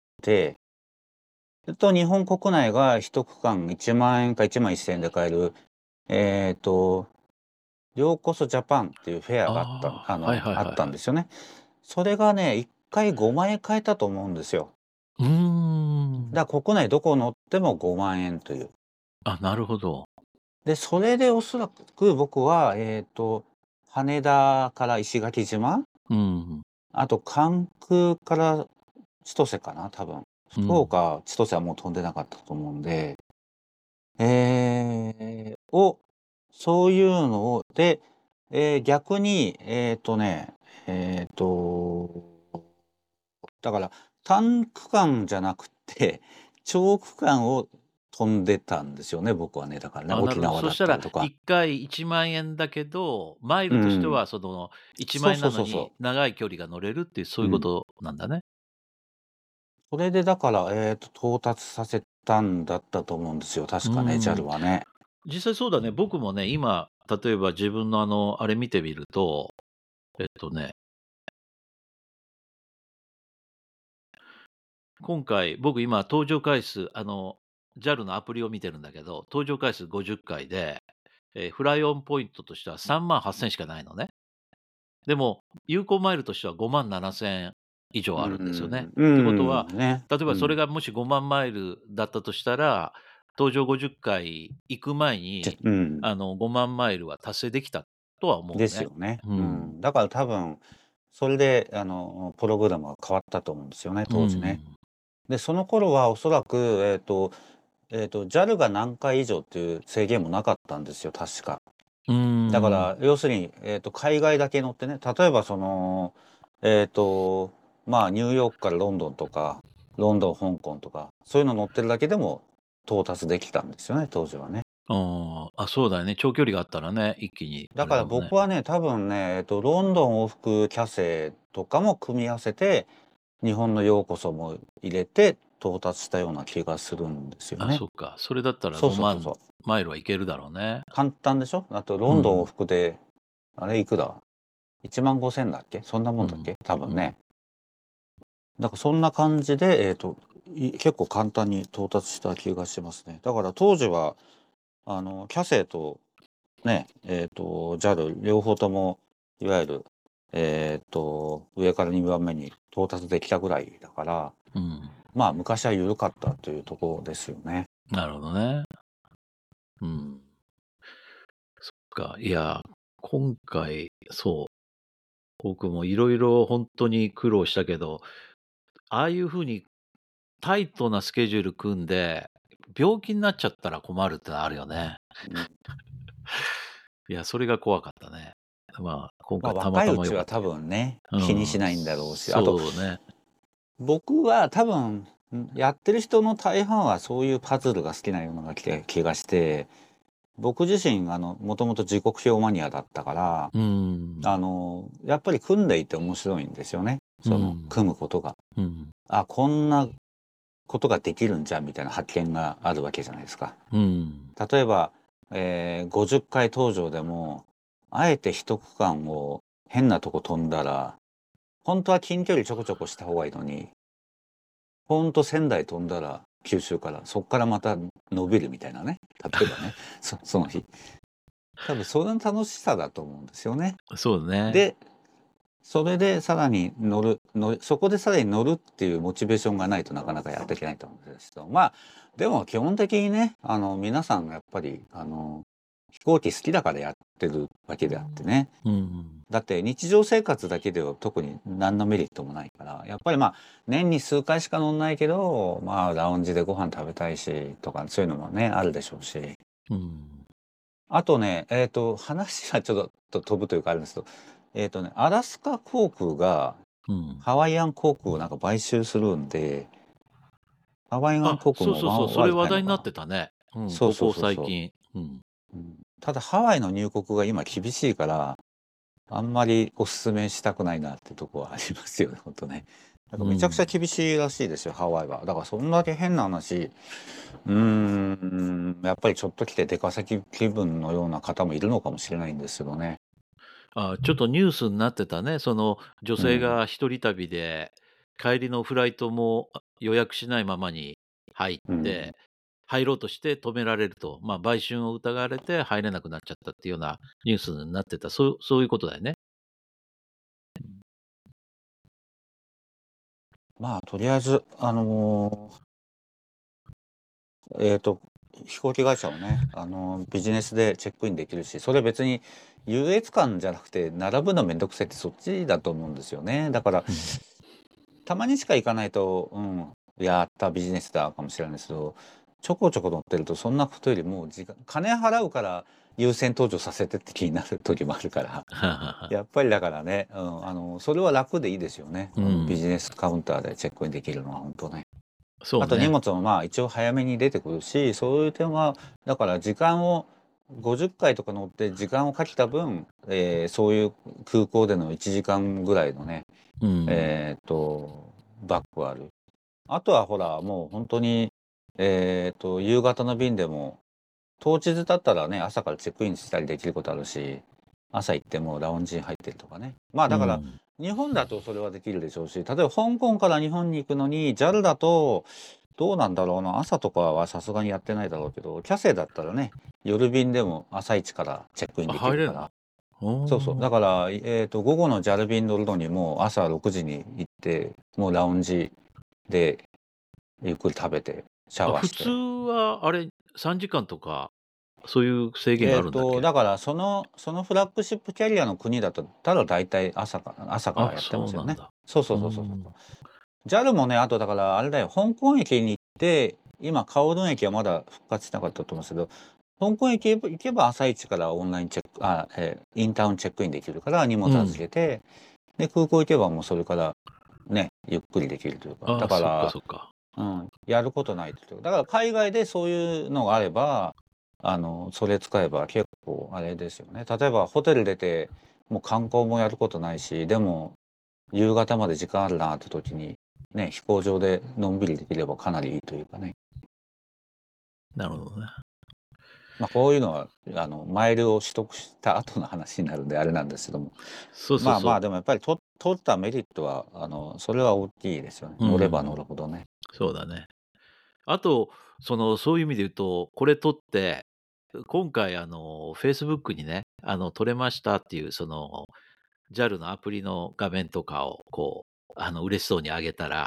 それと日本国内が一区間いちまん円かいちまんせんえんで買える、えっと、ようこそジャパンっていうフェアがあったああ、はいあの、あっはいはいはい。 たんですよね。それがね、いっかいごまん円買えたと思うんですよ。 うーん。 だから国内どこ乗ってもごまん円という。 あ、なるほど。 で、それでおそらく僕は、えっと、羽田から石垣島、 うん。 あと関空から千歳かな、多分。福うん。 岡、千歳はもう飛んでなかったと思うんで、えーを、そういうのを、で、えー逆に、えっとね、えっと、だから短区間じゃなくて、長区間を飛んでたんですよね、僕はね、だからね、 あ、なるほど。 沖縄だっそしたらたりとか。 いっかいいちまん円だけど、マイルとしてうん。 はその1 そう万円そうそうそなのに長い距離が乗れるっていうそう。うん。 ういうことなんだね。 それでだから、えっと、到達させたんだったと思うんですよ、 う確かね、ジャルん。 はね。 実際そうだね。僕もね、今、例えば自分のあの、あれ見てみると、えっとね、今回、僕今搭乗回数、あの、ジャル のアプリを見てるんだけど、搭乗回数ごじゅっかいで、えーフライオンポイントとしてはさんまんはっせんしかないのね。でも、有効マイルとしてはごまんななせん以う上あるんですよね。 ん、うってことは、 ん、ね。 例えばそれうん。 がもしごまんマイルだったとしたら、搭乗ごじゅっかい行く前じゃに、 うん。 あの、ごまんマイルは達成できたとは思ですうね。 よね。 うん。 うん。だから多分、それで、あの、プログラムが変わったと思うんですよね、 う当時ね。 ん。 で、その頃はおそらく、えっと、えっと、ジャル が何回以上っていう制限もなかったんですよ、確か。 うーん。 だから、要するに、えっと、海外だけ乗ってね、例えばその、えっと、まあ、ニューヨークからロンドンとか、ロンドン、香港とか、そういうの乗ってるだけでも到達できたんですよね、当時はね。 ああ、あ、そうだよね。長距離があったらね、一気にだからあれだもんね。 僕はね、多分ね、えっと、ロンドン往復キャセイとかも組み合わせて、日本のようこそも入れて到達したような気がするんですよあ、 ね。 そっか。それだったら5万そうそうそうそう。 マイルはいけるだろうね。 簡単でしょ。あと、ロンドン往うん。 復で、あれいくら ?いちまんごせんだっけ、そんなもうん。 んだっけ、多うん。 分ね。だからそんな感じで、えっと、い結構簡単に到達した気がしますね。だから当時は、あの、キャセイとね、えっと、ジャル 両方とも、いわゆる、えっと、上からにばんめに到達できたぐらいだから、 うん。 まあ昔は緩かったというところですよね。 なるほどね。うん。そっか。いや、今回、そう、僕もいろいろ本当に苦労したけど、ああいう風にタイトなスケジュール組んで、病気になっちゃったら困るってのあるよね。 うん。 いや、それが怖かったね。まあ、今まあ回たま若いうたま良かったちは多けど。 分ね、 うん、 気にしないんだろうし、あとそうね。 僕は多分、ん、やってる人の大半はそういうパズルが好きなような気が気がして、僕自身あの、もともと時刻表マニアだったから、 うーん。 あの、やっぱり組んでいて面白いんですよね。その、 うん。 組むことが。 うん。 あ、こんなことができるんじゃんみたいな発見があるわけじゃないですか。 うん。 例えば、えー、ごじゅっかい登場でも、あえて一区間を変なとこ飛んだら、本当は近距離ちょこちょこした方がいいのに、ほんと仙台飛んだら、九州から、そっからまた伸びるみたいなね。例えばね、そその日。多分それの楽しさだと思うんですよね。 そうね。 で、それでさらに乗るのそこでさらに乗るっていうモチベーションがないとなかなかやっていけないと思うんですけど、まあ、でも基本的にね、あの、皆さんがやっぱり、あの、飛行機好きだからやってるわけであってね。 うん。 だって日常生活だけでは特に何のメリットもないから、やっぱりまあ、年に数回しか乗んないけど、まあ、ラウンジでご飯食べたいし、とか、そういうのもね、あるでしょうし。 うん。 あとね、えっと、話がちょっと飛ぶというかあるんですけど、えっとね、アラスカ航空がうん。 ハワイアン航空をなんか買収するんで、ハワイアンあ、 航空もまあそうそうそう、それ悪く話題になっないのかな。 てたね。うん、 そうここそうそうそ最近。うん。 う。うん、ただハワイの入国が今厳しいから、あんまりお勧めしたくないなってとこはありますよね、ほんとね。なんかうめちゃくちゃん。 厳しいらしいですよ、ハワイは。だからそんだけ変な話、うーん、やっぱりちょっと来て出稼ぎ気分のような方もいるのかもしれないんですけどね。 あ、ちょっとニュースになってたね。その女性うん。 が一人旅で、帰りのフライトも、あ、予約しないままに入っうん。 て、入ろうとして止められると、まあ、売春を疑われて入れなくなっちゃったっていうようなニュースになってた。そうそういうことだよね。 まあ、とりあえず、あの、えっと、飛行機会社をね、あの、ビジネスでチェックインできるし、それ別に優越感じゃなくて、並ぶのめんどくさいってそっちだと思うんですよね。だからうん。 たまにしか行かないと、うん、やったビジネスだかもしれないですけど、ちょこちょこ乗ってるとそんなことよりも時間金払うから優先登場させてって気になる時もあるから、 ははは。 やっぱりだからね、うん、あの、それは楽でいいですよね。うん、ビうん。 ジネスカウンターでチェックインできるのは本当ね。あと荷そうね。 物もまあ一応早めに出てくるし、そういう点は、だから時間をごじゅっかいとか乗って時間をかけた分、えーそういう空港でのいちじかんぐらいのね、 うん。 えっと、バックはある。あとはほら、もう本当に、えっと、夕方の便でも、当日だったらね、朝からチェックインしたりできることあるし、朝行ってもラウンジに入ってるとかね。まあだから、 うん。 日本だとそれはできるでしょうし、例えば香港から日本に行くのに、ジャル だと、どうなんだろうな、朝とかはさすがにやってないだろうけど、キャセイだったらね、夜便でも朝一からチェックインあ、 できるから、 入れんの？ そうそう。 おお。 だから、えっと、午後のジャル便乗るのにも朝ろくじに行って、もうラウンジでゆっくり食べて、シャあ、普通ワーして。 はあれ、さんじかんとか、そういう制限がえっと、 あるんだっけ？ だからそのそのフラッグシップキャリアの国だとただ大体朝か朝からあ、 やってますよね。 そうなんだ。 そうそうーうそうそうそう。 ん。 ジャル もね、あとだからあれだよ、香港駅に行って、今カオルン駅はまだ復活しなかったと思うんですけど、香港駅行けば朝一からオンラインチェックあ、えーインターンチェックインできるから荷物預うん。 けて、で、空港行けばもうそれからね、ゆっくりできるというか。 ああ、そっかだから、 そっか。 うん、やることないっていう。だから海外でそういうのがあれば、あの、それ使えば結構あれですよね。例えばホテル出て、もう観光もやることないし、でも夕方まで時間あるなって時に、ね、飛行場でのんびりできればかなりいいというかね。 なるほどね。 まあこういうのは、あの、マイルを取得した後の話になるんであれなんですけども。まあまあ、 そうそうそでもやっぱりと取ったメリットは、あの、それは大きいですよね。 う。う乗れば乗ん。 るほどね。 そうだね。あと、その、そういう意味で言うと、これ撮って、今回あの、Facebook にね、あの、撮れましたっていうその、ジャル のアプリの画面とかをこう、あの、嬉しそうに上げたら、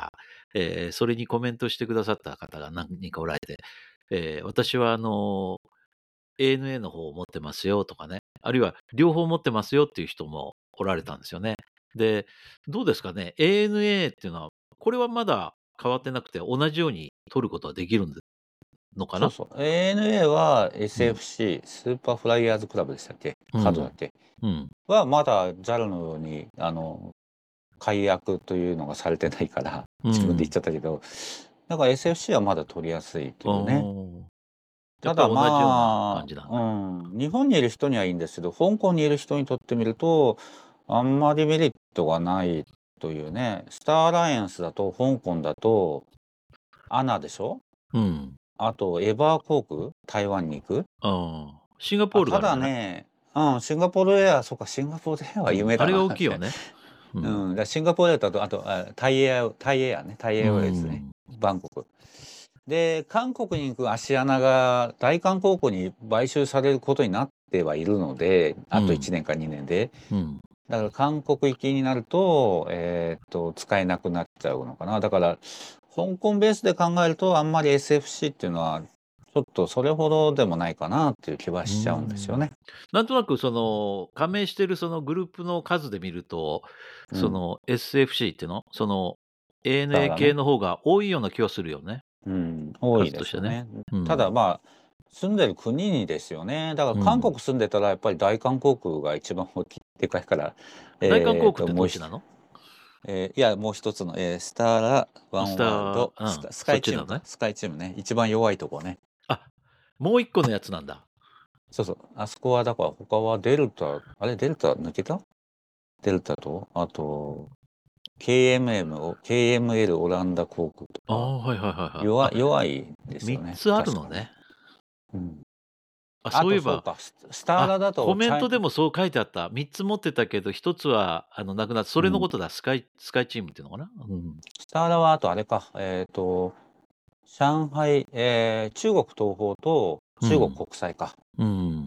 えーそれにコメントしてくださった方が何人かおられて、えー私はあの エーエヌエー の方を持ってますよとかね、あるいは両方持ってますよっていう人もおられたんですよね。で、どうですかね、エーエヌエー っていうのは、これはまだ変わってなくて、同じように取ることはできるのかな。 そうそう。エーエヌエー はうんエスエフシー、スーパーフライヤーズクラブでしたっけ、 うんカードだっけうんは、まだ ジャル のように、あの、解約というのがされてないから、 う自分で言っん。 ちゃったけど、だから エスエフシー はまだ取りやすいというね。 おーやっただぱり同じような感まあ、 じなんだ。 うん、日本にいる人にはいいんですけど、香港にいる人にとってみると、あんまりメリットがないというね。スターアライアンスだと、香港だと、アナでしょうん。 あと、エバー航空、台湾に行く。 ああ、シンガポあ、ただールがあるんじゃない。 ね、うん、シンガポールエア、そうか、シンガポールエアはうん、 夢だな。 あれが大きいよね。ううん。 ん、だからシンガポールエアと、あと、あとあタイエア、タイエアね、タイうエアウェイズね、 ん。 バンコク。で、韓国に行く芦穴が大韓航空に買収されることになってはいるので、あとうんいちねんかにねんで。 うん。 だから韓国行きになると、えーっと、使えなくなっちゃうのかな。だから、香港ベースで考えると、あんまり エスエフシー っていうのは、ちょっとそれほどでもないかなっていう気はうしちゃうんですよん。 ね。 なんとなくその加盟してるそのグループの数で見ると、 うん。 その エスエフシー っていうの、そのだエーエヌエーからね。 系の方が多いような気はするよね。 うん、多い数としてね。 ですよね。 うただん。 まあ、住んでる国にですよね。だから韓うん。 国住んでたらやっぱり大韓航空が一番大きいでかいから、 大韓航えっと、 空ってもうひどっちなの？ えーいや、もう一つの、えースターラワスンター、 ワールド、 うん、 スカスカイチームか、 そっちなのね。 スカイチームね、一番弱いとこね。 あ、もう一個のやつなんだ。 そうそう、あそこはだから他はデルタ、あれ、デルタ抜けたデルタと、あと、ケーエムエム を、ケーエムエル オランダ航空とか、 ああ、はいはいはいはい。あ、 弱弱いですよ 3 ね、 つある確かね。 のね。 うん。 あ、 あそういえば、 とそうか、ススターあ、 ラだコメンとチャイ、 トでもそう書いてあった。みっつ持ってたけど、ひとつはあのなくなった。そうん。 れのことだ。スカイスカイチームっていうのかな？うん。 スターラはあとあれか、えっと、上海、えー中国東方と中国うん。 国際か。 うん。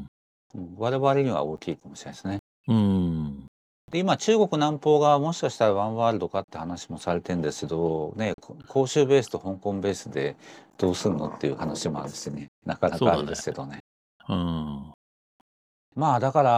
うん我々には大きいかもしれないですね。 うん。 で、今、中国南方がもしかしたらワンワールドかって話もされてるんですけど、ね、こ広州ベースと香港ベースでどうするのっていう話もあるしね、なかなかあれでそうだね。 すけどね。 うん。 まあ、だから、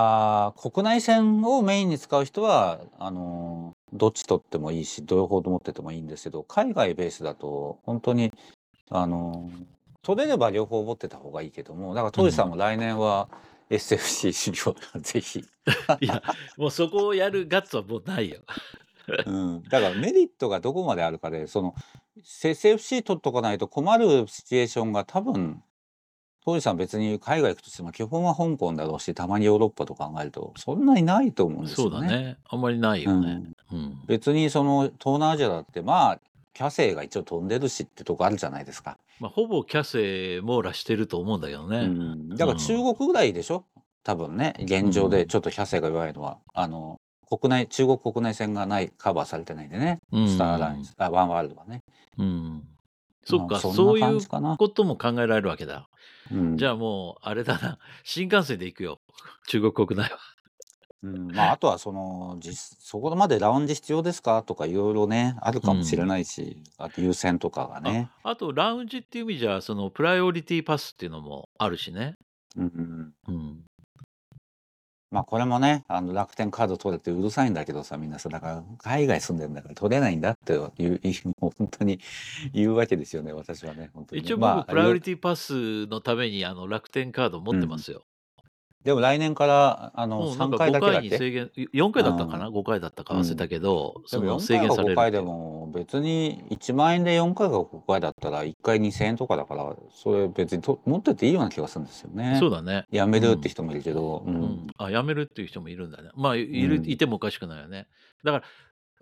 国内線をメインに使う人は、あの、どっち取ってもいいし、両方と持っててもいいんですけど、海外ベースだと、本当に、あの、取れれば両方持ってた方がいいけども、だから、当時さんうん。 も来年は エスエフシー 修行ぜひ。 いや、もうそこをやるガッツはもうないよ。 うん、だからメリットがどこまであるかで、その、セ エスエフシー 取っとかないと困るシチュエーションが多分、当時さん別に海外行くとしても基本は香港だろうし、たまにヨーロッパと考えると、そんなにないと思うんですそうよね。 だね。あんまりないよね。 うん。 うん。 別にその東南アジアだってまあ、キャセイが一応飛んでるしってとこあるじゃないですか。 まあ、ほぼキャセイ網羅してると思うんだけどうね。 ん。だから中うん。 国ぐらいでしょ多分ね、 う現状でん。 ちょっとキャセイが弱いのは。あの、国内、中国国内線がない、カバーされてないんでね。 うスターアラインん。 ス、あ、ワンワールドはね。 うん。そっまあ、 か、 そんなそういう感じかな。 ことも考えられるわけだ。 うん。 じゃあもう、あれだな。新幹線で行くよ。中国国内は。 うん、まあ、あとはその、実そこまでラウンジ必要ですかとかいろいろね、あるうかもしれん。 ないし、あと優先とかがね。 あ、あとラウンジっていう意味じゃ、そのプライオリティパスっていうのもあるしね。 うんうんうん。 うん。 まあ、これもね、あの、楽天カード取れってうるさいんだけどさ、みんなさ、だから海外住んでんだから取れないんだっていう、いうもう本当に言うわけですよね、私はね、本当にね。 一応僕、 まあ、よプライオリティパスのためにあの楽天カード持うん。 ってますよ。 でも来年から、あの、 もうなん 3回かごかいだけだっけに制限、よんかいだったかうん。 な？ ご 回だったか忘れたうん。 けど、 でも4 その制限回か5回でされるっていう。 も別にいちまん円でよんかいかごかいだったらいっかいにせんえんとかだから、それ別にと持ってていいような気がするんですよね。 そうだね。 やめうん。 るって人もいるけど、ううん。 ん。 あ、辞めるっていう人もいるんだね。まあ、いいるいうん。 てもおかしくないよね。だから、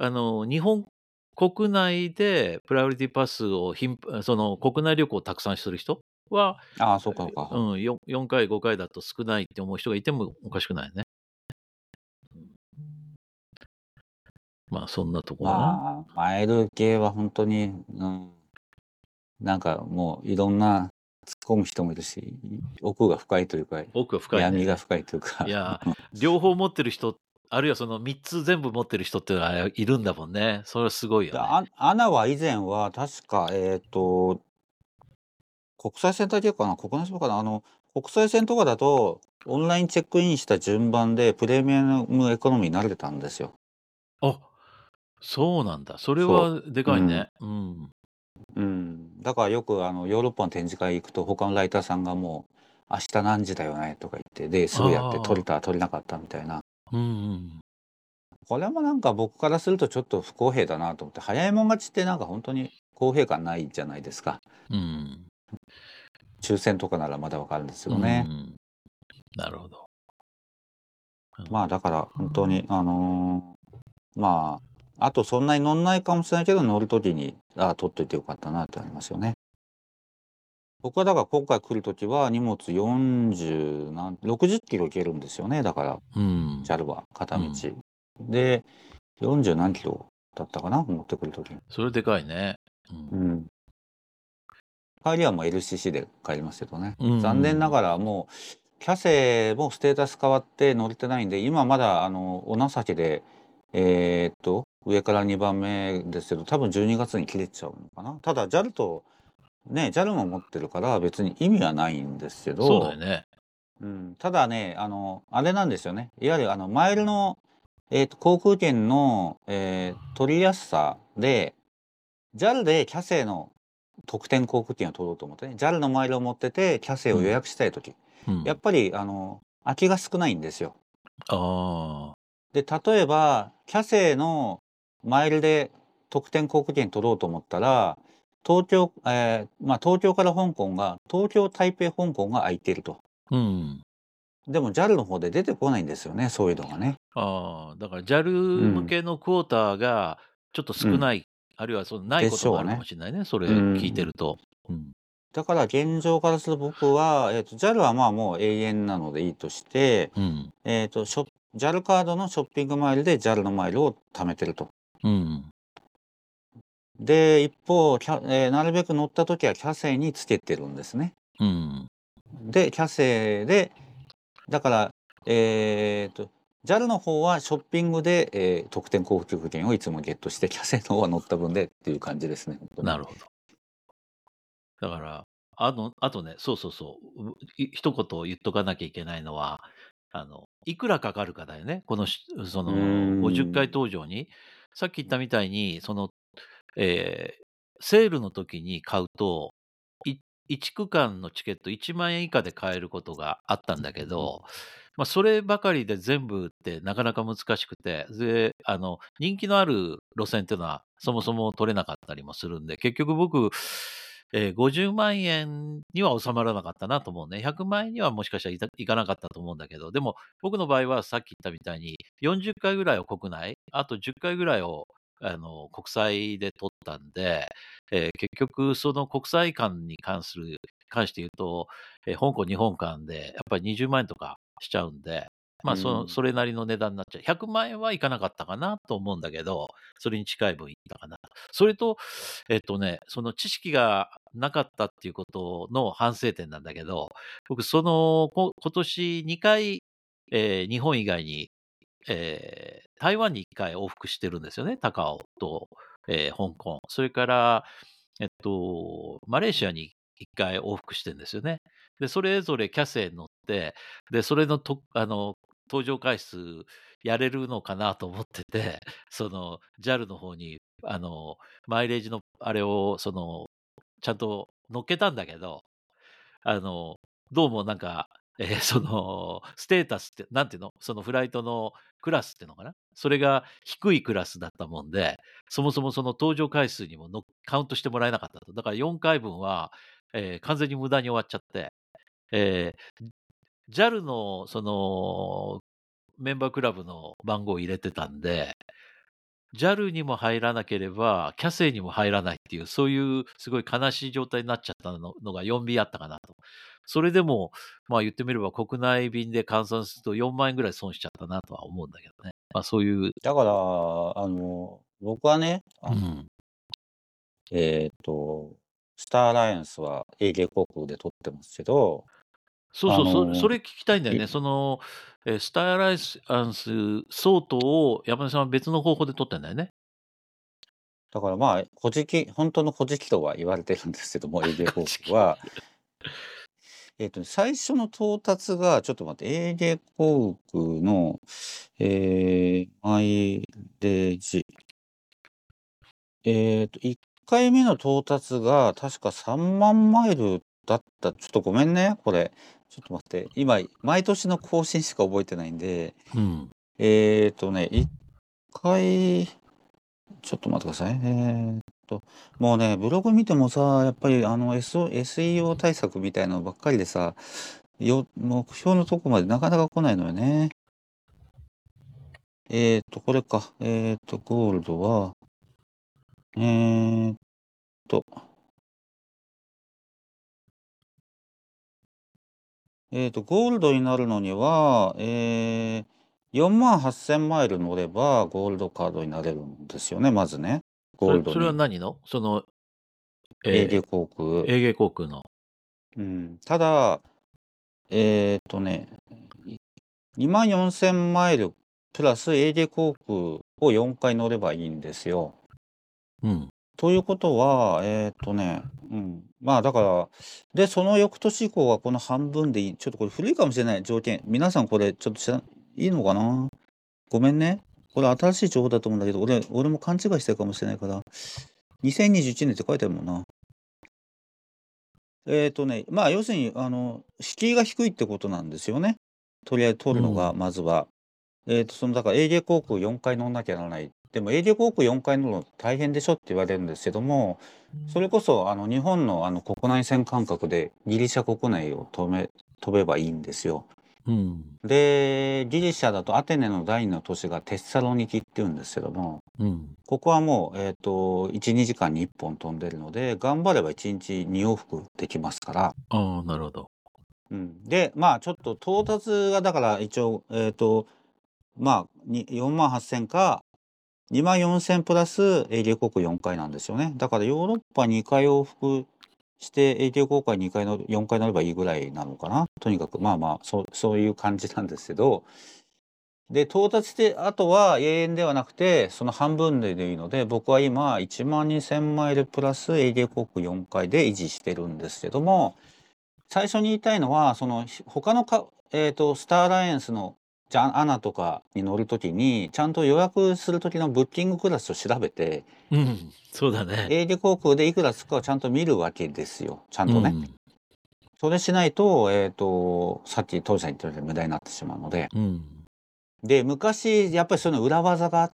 あの、日本国内でプライオリティパスを頻繁その国内旅行をたくさんする人は、 ああ、そうかそうか。 うん、よよんかい、ごかいだと少ないって思う人がいてもおかしくないよね。うん。まあ、そんなとこかな。 まあ、マイル系は本当に、うん、なんかもういろんな突っ込む人もいるし、奥が深いというか、 奥が深いね。 闇が深いといういか、 や、両方持ってる人あるいはそのみっつ全部持ってる人っていうのはいるんだもんね。それはすごいで、 よね。 あ エーエヌエー は以前は確か、えっと、国際線だけかな、国内線かな、あの、国際線とかだと、オンラインチェックインした順番でプレミアムエコノミーになれてたんですよ。 あ、そうなんだ。それそはでう。うん。 かいね。うん。 うん。だからよくあのヨーロッパの展示会行くと、他のライターさんがもう、明日何時だよねとか言って、で、すぐやって取れああ。 た、取れなかったみたいな。 うんうん。 これもなんか僕からするとちょっと不公平だなと思って、早いもん勝ちってなんか本当に公平感ないじゃないですか。 うん。 抽選とかならまだわかるんですうよね。 ん。なるほど。うん。 まあだから本当に、あのーまあ、あとそんなに乗んないかもしれないけど、乗るときに、ああ、取っといてよかったなってありますよね。僕はだから今回来るときは荷物よんじゅうなんろくじゅっキロいけるんですよね、だから、 うん。 ジャル は片道。 うん。 で、よんじゅう何キロだったかな、持ってくるとき。 それでかいね。う。 うんん。帰りはもう エルシーシー で帰りますけどね。 うん残念なうん。 がらもう、キャセイもステータス変わって乗れてないんで、今まだあの、お情けで、えーっと、上からにばんめですけど、多分じゅうにがつに切れちゃうのかな。ただ ジャル と、ね、ジャル も持ってるから別に意味はないんですけど、 そうだよね。 うん、ただね、あの、あれなんですよね。いわゆるあの、マイルの、えーっと、航空券の、えー取りやすさで、ジャル でキャセイの特典航空券を取ろうと思ってね、ジャル のマイルを持ってて、キャセイを予うん。 約したいとき、 うん。 やっぱり、あの、空きが少ないんですよ。 ああ。 で、例えば、キャセイのマイルで特典航空券取ろうと思ったら、東京、えーまあ、東京から香港が、東京、台北、香港が空いていると。 うん。 でも ジャル の方で出てこないんですよね、そういうのがね。 ああ、だからうジャル 向ん。 けのクォーターがちょっとうん。 少ない、あるいはそのないでこともあるかもしょうね。 しれないね、そうれ聞いてん。 ると。うん。 だから現状からすると僕は、えっと、ジャル はまあもう永遠なのでいいとして、 うん。 えっと、ショ ジャル カードのショッピングマイルで ジャル のマイルを貯めてると。 うん。 で、一方、キャえーなるべく乗った時はキャセイにつけてるんですね。 うん。 で、キャセイで、だから、えっと、ジャル の方はショッピングで、えー特典航空券をいつもゲットして、キャセイの方は乗った分でっていう感じですね、本当に。 なるほど。だから、あの、あとね、そうそうそう、うい一言言っとかなきゃいけないのは、あの、いくらかかるかだよね。このしそうーのごじゅっかいん。 搭乗に。さっき言ったみたいに、その、えーセールの時に買うと、いいち区間のチケットいちまん円以下で買えることがあったんだけど、まあ、そればかりで全部ってなかなか難しくて、で、あの、人気のある路線っていうのはそもそも取れなかったりもするんで、結局僕、えーごじゅうまん円には収まらなかったなと思うね。ひゃくまん円にはもしかしたらいたいかなかったと思うんだけど、でも僕の場合はさっき言ったみたいによんじゅっかいぐらいを国内、あとじゅっかいぐらいをあの国際で取ったんで、えー結局その国際間に関する、関して言うと、えー香港、日本間でやっぱりにじゅうまん円とかしちゃうんで、まあその、 うん。 それなりの値段になっちゃう。ひゃくまん円はいかなかったかなと思うんだけど、それに近い分いったかな。それと、えっとね、その知識がなかったっていうことの反省点なんだけど、僕その、こ今年にかい、えー日本以外に、えー台湾にいっかい往復してるんですよね。高雄と、えー香港。それから、えっと、マレーシアにいっかい往復してんですよね。で、それぞれキャセイ乗って、で、それのとあの、搭乗回数やれるのかなと思ってて、その、ジャル の方に、あの、マイレージのあれを、その、ちゃんと乗っけたんだけど、あの、どうもなんか、えーその、ステータスって、なんていうの、そのフライトのクラスっていうのかな、それが低いクラスだったもんで、そもそもその搭乗回数にものカウントしてもらえなかったと。だからよんかいぶんは、えー完全に無駄に終わっちゃって、えー ジャル のその、メンバークラブの番号を入れてたんで、ジャル にも入らなければ、キャセイにも入らないっていう、そういうすごい悲しい状態になっちゃったののがよんびんあったかなと。それでも、まあ言ってみれば国内便で換算するとよんまん円ぐらい損しちゃったなとは思うんだけどね。まあそういう、 だから、あの、僕はね、あの、 うん。 えっと、スターアライアンスはエーケー航空で取ってますけど、あそうそう、そその、 れ聞きたいんだよいね。その、 えースターアライアンス相当を山根さんは別の方法で取ってんだよね。 だからまあ、古事記、本当の古事記とは言われてるんですけども、エーディー 航古事記。 空は、えっとね、最初の到達が、ちょっと待って、エーディー 航空の、えー、マイレージ。えっと、いっかいめの到達が確かさんまんマイルだった。ちょっとごめんね、これ。ちょっと待って。今、毎年の更新しか覚えてないんで、 うん。 えっとね、いっかい、ちょっと待ってください。えーっと、もうね、ブログ見てもさ、やっぱりあの エスオーエスイーオー 対策みたいなのばっかりでさ、よ、目標のとこまでなかなか来ないのよね。えーっと、これか。えーっと、ゴールドは、えーっと、えーっと、ゴールドになるのには、えー、よんまんはっせんマイル乗ればゴールドカードになれるんですよね、まずね。ゴそれそれはールドに。 何のその、 エーディーえ航空。 ー、エーゲー航空の。 うん。ただ、えーっとね、にまんよんせんマイルプラス エーディー 航空をよんかい乗ればいいんですよ。 うん。 ということは、えーっとね、うん。まあだから、で、その翌年以降はこの半分でいい。ちょっとこれ古いかもしれない条件。皆さんこれちょっと知ら、いいのかな？ごめんね。これ新しい情報だと思うんだけど、俺、俺も勘違いしてるかもしれないから、にせんにじゅういちねんって書いてあるもんな。えーっとね、まあ要するに、あの、敷居が低いってことなんですよね。とりあえず取るのが、 うん。 まずは。えっと、その、だから、エーディー 航空よんかい乗んなきゃならない。でも、エーディー 航空よんかい乗るの大変でしょって言われるんですけども、それこそ、あの、日本の、あの、国内線感覚で、ギリシャ国内を飛べ、飛べばいいんですよ。 うん。 で、ギリシャだとアテネの第二の都市がテッサロニキっていうんですけども、 うん。 ここはもう、えっと、いち、にじかんにいっぽん飛んでるので、頑張ればいちにちに往復できますから。 ああ、なるほど。 うん。で、まあ、ちょっと到達が、だから一応、えっと、まあ、によんまんはっせんか、にまんよんせんプラスエーディー 航空よんかいなんですよね。だからヨーロッパにかい往復して エーディー 航空にかい乗る、よんかい乗ればいいぐらいなのかな。とにかく、まあまあ、そう、そういう感じなんですけど、で、到達して、あとは永遠ではなくて、その半分でいいので、僕は今、いちまんにせんマイルプラス エーディー 航空よんかいで維持してるんですけども、最初に言いたいのは、その、ひ他のか、えっと、スターアライアンスの、じゃあ、アナとかに乗るときに、ちゃんと予約するときのブッキングクラスを調べて、 うん。そうだね。 エーディー 航空でいくらつくかをちゃんと見るわけですよ。ちゃんとね。 うん。 それしないと、えっと、さっき当時さん言ったように無駄になってしまうので。 うん。 で、昔、やっぱりその裏技があって、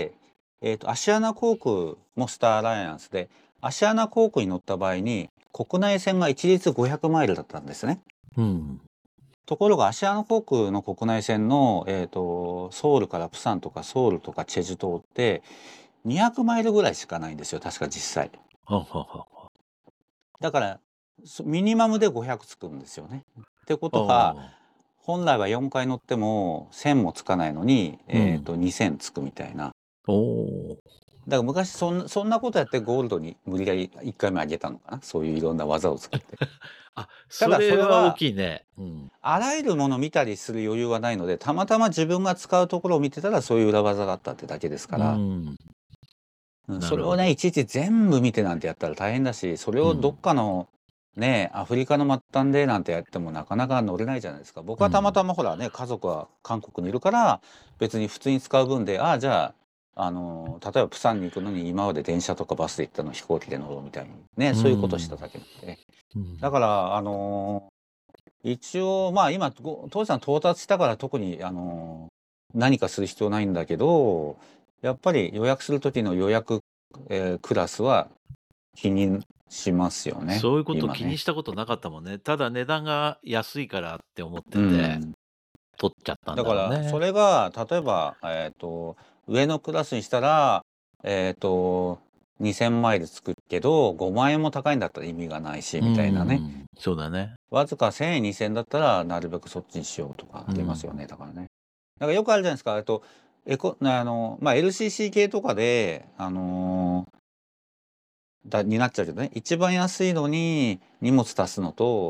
えっと、アシアナ航空もスターアライアンスで、アシアナ航空に乗った場合に、国内線が一律ごひゃくマイルだったんですね。 うん。 ところが、アシアナ航空の国内線の、えっと、ソウルからプサンとかソウルとかチェジュ島って、にひゃくマイルぐらいしかないんですよ、確か実際。 はははだから、そミニマムでごひゃくつくんですよね。ってことは、 は。ああ。 本来はよんかい乗ってもせんもつかないのに、 うん。 えっと、にせんつくみたいな。 おお。 だから昔そんそんなことやってゴールドに無理やりいっかいめ上げたのかな。そういういろんな技を使って。 あ、 ただそそれは大れは、 きいね。うん。 あらゆるもの見たりする余裕はないので、たまたま自分が使うところを見てたらそういう裏技があったってだけですかうら、 ん。 うん、それをね、 なるほど。 いちいち全部見てなんてやったら大変だし、それをどっうん。 かのね、アフリカの末端でなんてやってもなかなか乗れないじゃないですか。僕うん。 はたまたまほらね、家族は韓国にいるから、別に普通に使う分で、ああ、じゃあ、あの、例えばプサンに行くのに今まで電車とかバスで行ったの飛行機で乗ろうみたいにね、 うそういうことしたん。 だけなんでね。 うん。 だから、あの、一応、まあ今、ご当時さん到達したから特に、あの、何かする必要ないんだけど、やっぱり予約する時の予約、えークラスは気にしますよね、 そういうこと今ね。 気にしたことなかったもんね。ただ値段が安いからって思ってうて、 ん。 取っちゃったんだだから、そろうね。 れが、例えば、えっと、上のクラスにしたら、えっと、にせんマイルつくけど、ごまん円も高いんだったら意味がないし、 うみたいなね。 ん。そうだね。 わずかせんえん、にせんえんだったら、なるべくそっちにしようとかあうん。 りますよね、だからね。なんかよくあるじゃないですか。えっと、エコ、あの、まあ、エルシーシー 系とかで、あのーだ、になっちゃうけどね。一番安いのに荷物足すのと、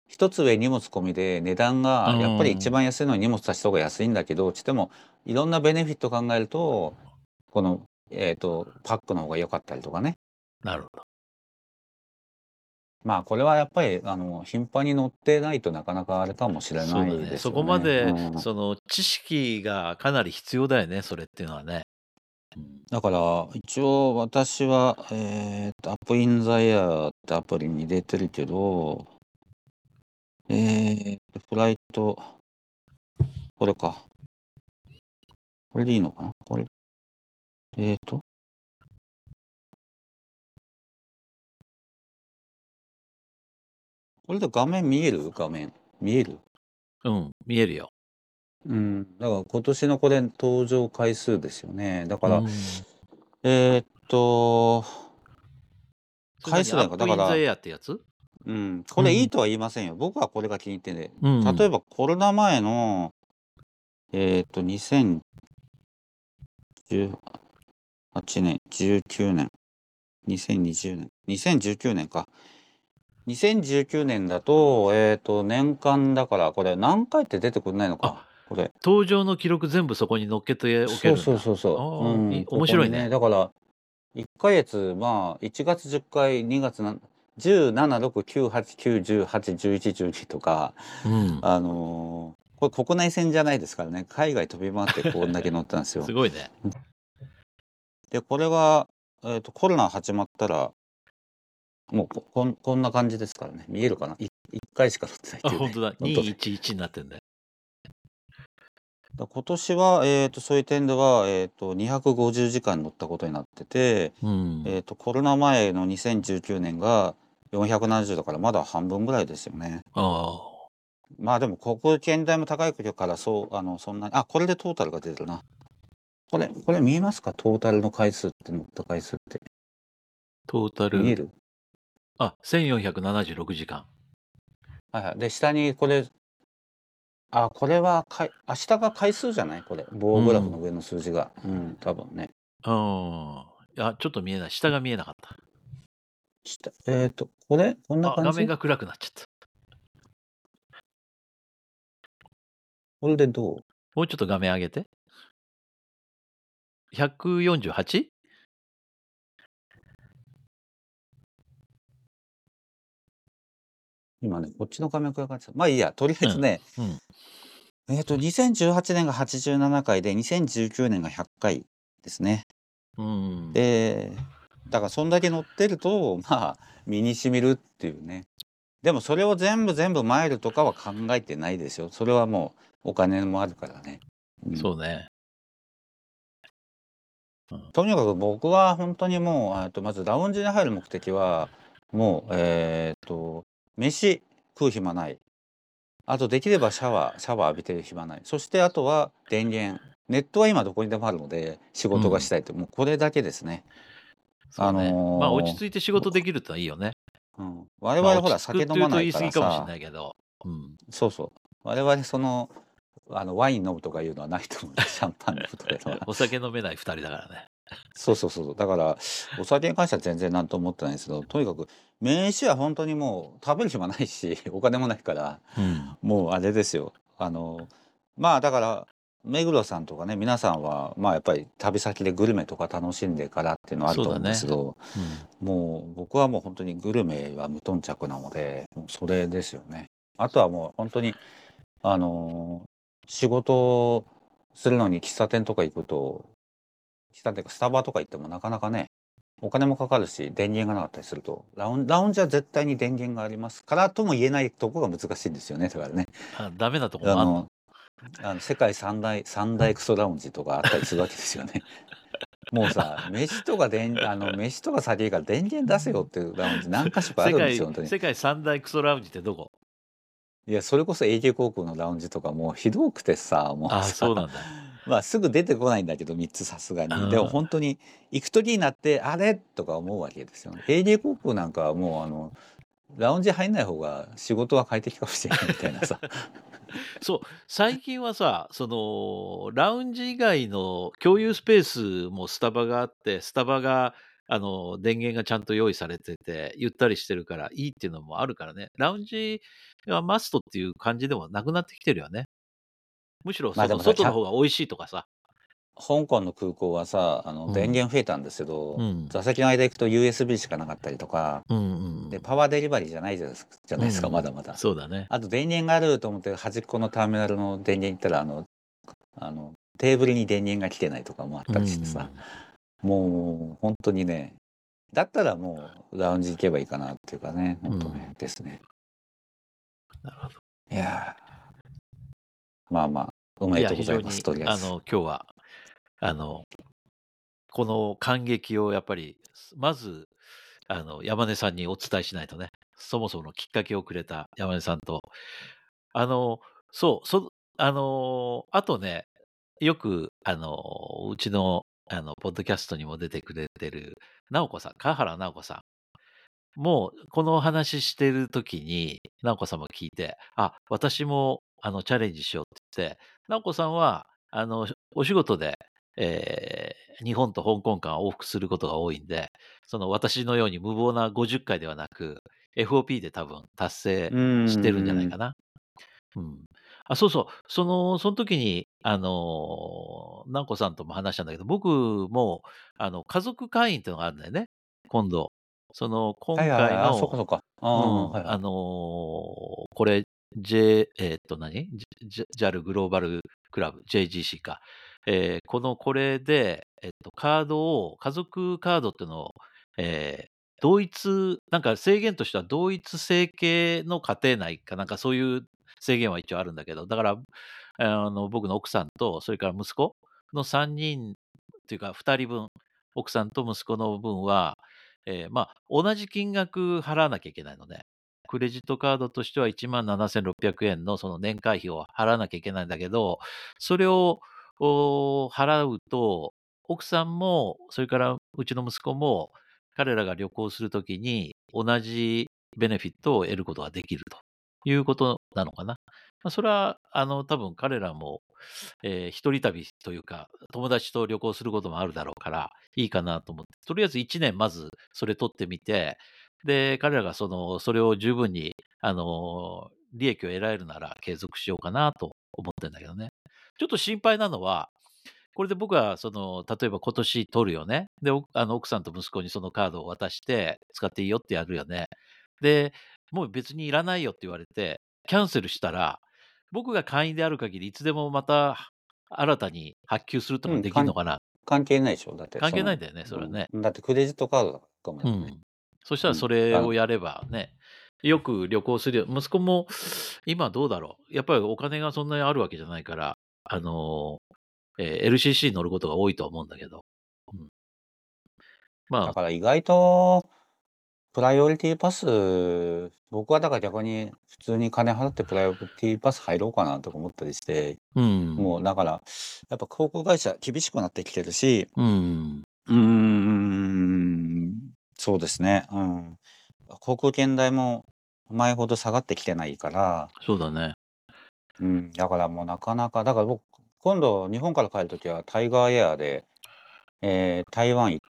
一つ上荷物込みで値段うがやっぱり一ん。 番安いのは荷物足した方が安いんだけど、つってもいろんなベネフィット考えると、この、えっと、パックの方が良かったりとかね。 なるほど。 まあ、これはやっぱり、あの、頻繁に乗ってないとなかなかあれかもしれないそうだね。そこですよね。うまで、 ん。 その、知識がかなり必要だよね、それっていうのはね。うん。 だから、一応私は、えっと、アップインザエアーってアプリに入れてるけど、えっと、フライト、これか。これでいいのかなこれ。えっと、これで画面見える画面。見えるうん、見えるよ。 うん。だから今年のこれ登場回数ですよね。だかうら、 ん。 えーっと、 それ何、 回数だよ。だアップインザから、 エアってやつ？ うん、こうん。 れいいとは言いませんよ。僕はこれが気に入ってね。 うん例えばコロナ前の、えーっと、にせんじゅうはちねん、じゅうきゅうねん、にせんにじゅうねん、にせんじゅうきゅうねんか。にせんじゅうきゅうねんだと、えーっと、年間だから、これ何回って出てくんないのか。 あ、 これ。 登場の記録全部そこに載っけておけそうるんだ。 そうそうそう。 ああ、いうん、ここにね。 面白いね。 だから、いっかげつ、まあ、いちがつじゅっかい、にがつな、じゅうなな、ろく、きゅう、はち、きゅう、じゅうはち、じゅういち、じゅうにとか、 うん。 あのーこれ国内線じゃないですからね。海外飛び回ってこんだけ乗ったんですよ。 すごいね。 で、これは、えっと、コロナ始まったら、もうこ、こん、こんな感じですからね。見えるかない、一回しか乗ってないっあ、 ていうね。 本当だ。 本当ね。 にいちいちになってんだよ。 だ今年は、えっと、そういう点では、えっと、にひゃくごじゅうじかん乗ったことになってて、 うえん。 っと、コロナ前のにせんじゅうきゅうねんがよんひゃくななじゅうだからまだ半分ぐらいですよね。 ああ。 まあでも、ここ県大も高いから、そう、あの、そんなに、あ、これでトータルが出てるな。これ、これ見えますかトータルの回数って乗った回数って。 トータル、 見えるあ、せんよんひゃくななじゅうろくじかん。 はいはい。で、下にこれ、あ、これはかい、明日が回数じゃないこれ。 う棒グラフのん。 上の数字が。うん、多分ね。 うん。あ、ちょっと見えない。下が見えなかった。 下、えっと、これこんなあ、画感じ面が暗くなっちゃった。 これでどうもうちょっと画面上げて。ひゃくよんじゅうはち？ 今ね、こっちの画面暗くなっちゃった。まあいいや、とりあうん。 えずね、 うん。 えっと、にせんじゅうはちねんがはちじゅうななかいで、にせんじゅうきゅうねんがひゃっかいですね。 うん。 で、だからそんだけ乗ってると、まあ、身に染みるっていうね。でもそれを全部全部マイルとかは考えてないですよ。それはもうお金もあるからね。うん、 そうね。うん。 とにかく僕は本当にもう、えっとまずラウンジに入る目的は、もう、えっと、飯食う暇ない。あとできればシャワー、シャワー浴びてる暇ない。そしてあとは電源。ネットは今どこにでもあるので、仕うん。 事がしたいと。もうこれだけですね。あそうね。まあ、落ちの着いて仕事できるってのはいいよね。 ーうん、我まあ、 々ほら落ち着くっていうと酒飲まない言い過ぎかもしれからさ、 ないけど。うん。 そうそう。我々その、あの、ワイン飲むとかいうのはないと思うんで、シャンパン飲むとかいうのは。 お酒飲めないふたりだからね。 そうそうそうそう。だから、お酒に関しては全然なんと思ってないんですけど、とにかく、飯は本当にもう食べる暇ないし、お金もないから、 うん。 もうあれですよ。あの、まあだから、目黒さんとかね、皆さんは、まあやっぱり旅先でグルメとか楽しんでからっていうのはあると思うんですそうだね。 けど、 うん。 もう僕はもう本当にグルメは無頓着なので、もうそれですよね。あとはもう本当に、あの、仕事するのに喫茶店とか行くと、喫茶店かスタバとか行ってもなかなかね、お金もかかるし、電源がなかったりすると、ラウンラウンジは絶対に電源がありますからとも言えないとこが難しいんですよね、だからね。 あ、ダメなとこもあんの？ あの、あの世界三大、三大クソラウンジとかあったりするわけですよね。もうさ、飯とかでん、あの、飯とか酒いいから電源出せよっていうラウンジ何か所かあるんですよ、 世界本当に。 世界三大クソラウンジってどこ？ いや、それこそ エーケー 航空のラウンジとかもうひどくてさ、もうああ、 さ、 そうなんだ。 まあすぐ出てこないんだけど、みっつさすがに。でもあ本当に行く時になって、あれとか思うわけですよね。エーケー 航空なんかはもうあの、ラウンジ入んない方が仕事は快適かもしれないみたいなさ。 そう、最近はさ、その、ラウンジ以外の共有スペースもスタバがあって、スタバが、 あの、電源がちゃんと用意されてて、ゆったりしてるからいいっていうのもあるからね。ラウンジがマストっていう感じでもなくなってきてるよね。むしろそのまあでもさ、 外の方が美味しいとかさ。 香港の空港はさ、あの、 うん。 電源増えたんですけうど、 ん。 座席の間行くと ユーエスビー しかなかったりとか、 うんうんうで、 ん。 パワーデリバリーじゃないじゃないですかじゃうないですか、まだん。 まだ。 そうだね。 あと電源があると思って端っこのターミナルの電源行ったら、あの、あの、テーブルに電源が来てないとかもあっうたりしてさ、 ん。 もう本当にね、だったらもうラウンジ行けばいいかなっていうかね、 う本当ね、 ん。 ですね。 なるほど。 いやー、まあまあ、おめいや、 でとうございます、 非常に、 とりあえず。 あの、今日は、あの、この感激をやっぱり、まず、あの、山根さんにお伝えしないとね。そもそものきっかけをくれた山根さんと、あの、そう、そあの、あとね、よく、あの、うちの、あの、ポッドキャストにも出てくれてる直子さん、川原直子さんも、このお話ししてる時に、直子さんも聞いて、あ、私も、あの、チャレンジしようって言って、直子さんは、あの、お仕事で、えー日本と香港間を往復することが多いんで、その私のように無謀なごじゅっかいではなく、エフオーピー で多分達成うーしてるんじゃないん。 かな。うん。あ、そうそう。その、その時に、あの、直子さんとも話したんだけど、僕も、あの、家族会員っていうのがあるんだよね、今度。その、今はいはいはい、あ、そっ回の、 かそっか。ああ、 うん、 はいはい。 あの、これ、J えーっと何、ジジャルグローバルクラブ、ジェージーシー か。えーこのこれで、えっと、カードを、家族カードっていうのを、えー同一、なんか制限としては同一生系の家庭内かなんかそういう制限は一応あるんだけど、だから、あの、僕の奥さんと、それから息子のさんにんっていうかふたりぶん、奥さんと息子の分は、えーまあ、同じ金額払わなきゃいけないのね。クレジットカードとしてはいちまんななせんろっぴゃくえんのその年会費を払わなきゃいけないんだけど、それをお払うと、奥さんも、それからうちの息子も、彼らが旅行するときに同じベネフィットを得ることができるということなのかな。まあ、それは、あの、多分彼らも、えー一人旅というか、友達と旅行することもあるだろうから、いいかなと思って、とりあえずいちねんまずそれ取ってみて、で、彼らがその、それを十分に、あの、利益を得られるなら継続しようかなと思ってんだけどね。ちょっと心配なのは、これで僕はその、例えば今年取るよね。で、おあの、奥さんと息子にそのカードを渡して、使っていいよってやるよね。で、もう別にいらないよって言われて、キャンセルしたら、僕が会員である限り、いつでもまた新たに発給するってのがうん、かんできるのかな。 関係ないでしょ。だって関その、 係ないんだよね、それはね。 うん、だってクレジットカードだかもだもんね。 うん。そしたらうん。 それあのをやればね、よく旅行するよ息子も今どうだろう。やっぱりお金がそんなにあるわけじゃないから、あの、えー エルシーシー に乗ることが多いとは思うんだけど。うん。まあ、 だから意外とプライオリティパス、僕はだから逆に普通に金払ってプライオリティパス入ろうかなとか思ったりして、 うん。 もうだから、やっぱ航空会社厳しくなってきてるし、 うん。 うーん、そうですね。うん。航空券代も前ほど下がってきてないから、 そうだね。 うん、だからもうなかなか、だから僕、今度日本から帰るときはタイガーエアで、えー台湾行って、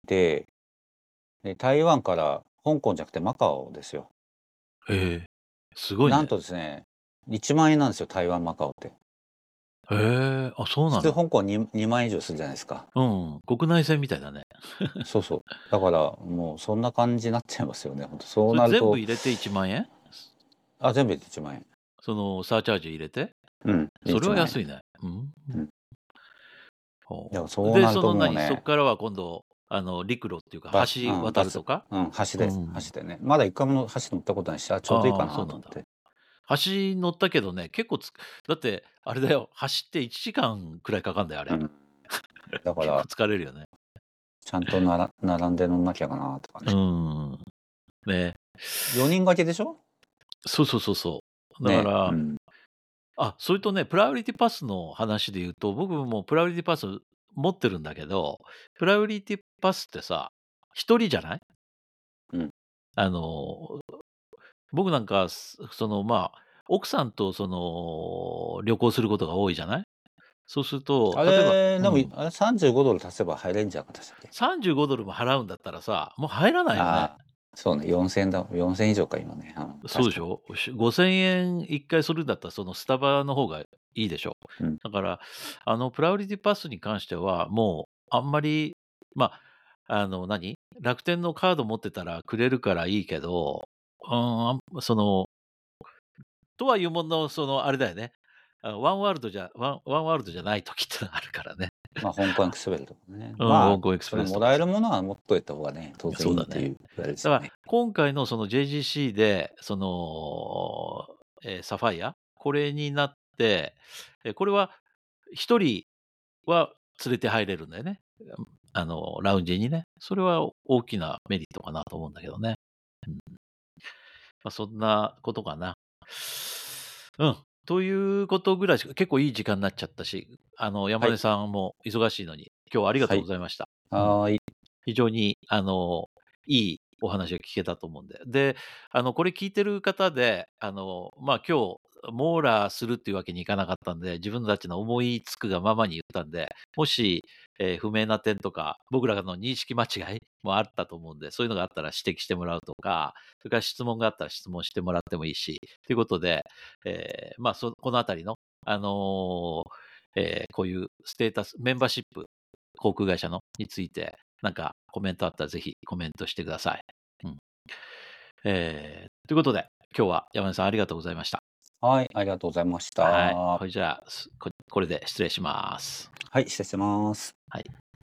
で、台湾から香港じゃなくてマカオですよ。 へえ、すごいなんね。 とですね、いちまん円なんですよ、台湾、マカオって。 へえ、あ、そう普通なの。 香港ににまん円以上するじゃないですか。 うん、国内線みたいだね。 そうそう。だからもうそんな感じになっちゃいますよね、ほんと。そうそれなると、 全部入れていちまん円？ あ、全部でいちまん円。 そのサーチャージ入れて？ うん、でそれ 1万円。 は安いね。うん。 うん。だからほう。で、 そうなるその何、そっともうね、 からは今度、あの、陸路っていうか、 バス橋うん、バス渡るとか？ うん、橋です。 うん。 橋でね。まだ一回も橋乗ったことないし、あ、ちょうどいいかああ、そうなんだ。 なと思って。 橋乗ったけどね、結構つだって、あれだよ、走っていちじかんくらいかかんだよ、あれ。 うん。だか結構ら、 疲れるよね。 ちゃんとなら並んで乗んなきゃかなとかうね。 ん。ね。 よにん掛けでしょ？ そうそうそうそう。だかね、うら、 ん。 あ、それとね、プライオリティパスの話で言うと、僕もプライオリティパス持ってるんだけど、プライオリティパスってさ、一人じゃない？ うん。 あの、僕なんか、すその、まあ、奥さんとその、旅行することが多いじゃない？ そうすると、 あ例えばれ、でも、 うん。 あれさんじゅうごドル足せば入れんじゃなかったでしたっけ？ さんじゅうごドルも払うんだったらさ、もう入らないよね。 ああ、そうね、よんせんだよんせん以上か、今ね。うん、確かに。 そうでしょ。しごせんえんいっかいするんだったら、そのスタバの方がいいでしょ。 うん。 だから、あの、プライオリティパスに関しては、もうあんまり、ま、あの、何、楽天のカード持ってたらくれるからいいけど、うーん、あんそのとはいうものの、その、あれだよね、あの、ワンワールドじゃワンワンワールドじゃない時ってのがあるからね。 ま、香港エクスプレスとかね。 うん、 まあ、 香港エクスそのプレスとかさ。 もらえるものは持っといた方がね、当然そうだね。 いいっていうあれですだから、 よね。 今回のその ジェイジーシー で、その、え、サファイア、これになって、え、これはひとりは連れて入れるんだよね。あの、ラウンジにね。それは大きなメリットかなと思うんだけどね。うん。ま、そんなことかな。うん、ということぐらいしか結構いい時間になっちゃったし、あの、山根はい。 さんも忙しいのに、今日はありがとうごはい。 ざいました。うん。 はい。 非常に、あの、いいお話を聞けたと思うんで。で、あの、これ聞いてる方で、あの、ま、今日網羅するっていうわけにいかなかったんで、自分たちの思いつくがままに言ったんで、もし、え、不明な点とか、僕らの認識間違いもあったと思うんで、そういうのがあったら指摘してもらうとか、それから質問があったら質問してもらってもいいし、ということで、え、ま、そこのあたりの、あの、え、こういうステータスメンバーシップ、航空会社のについて、なんかコメントあったらぜひコメントしてください。うん。え、ということで、今日は山根さんありがとうございました。 はい、ありがとうございましはい。 た。 ほいじゃあ、すここれで失礼します。 はい、失礼します。 はい。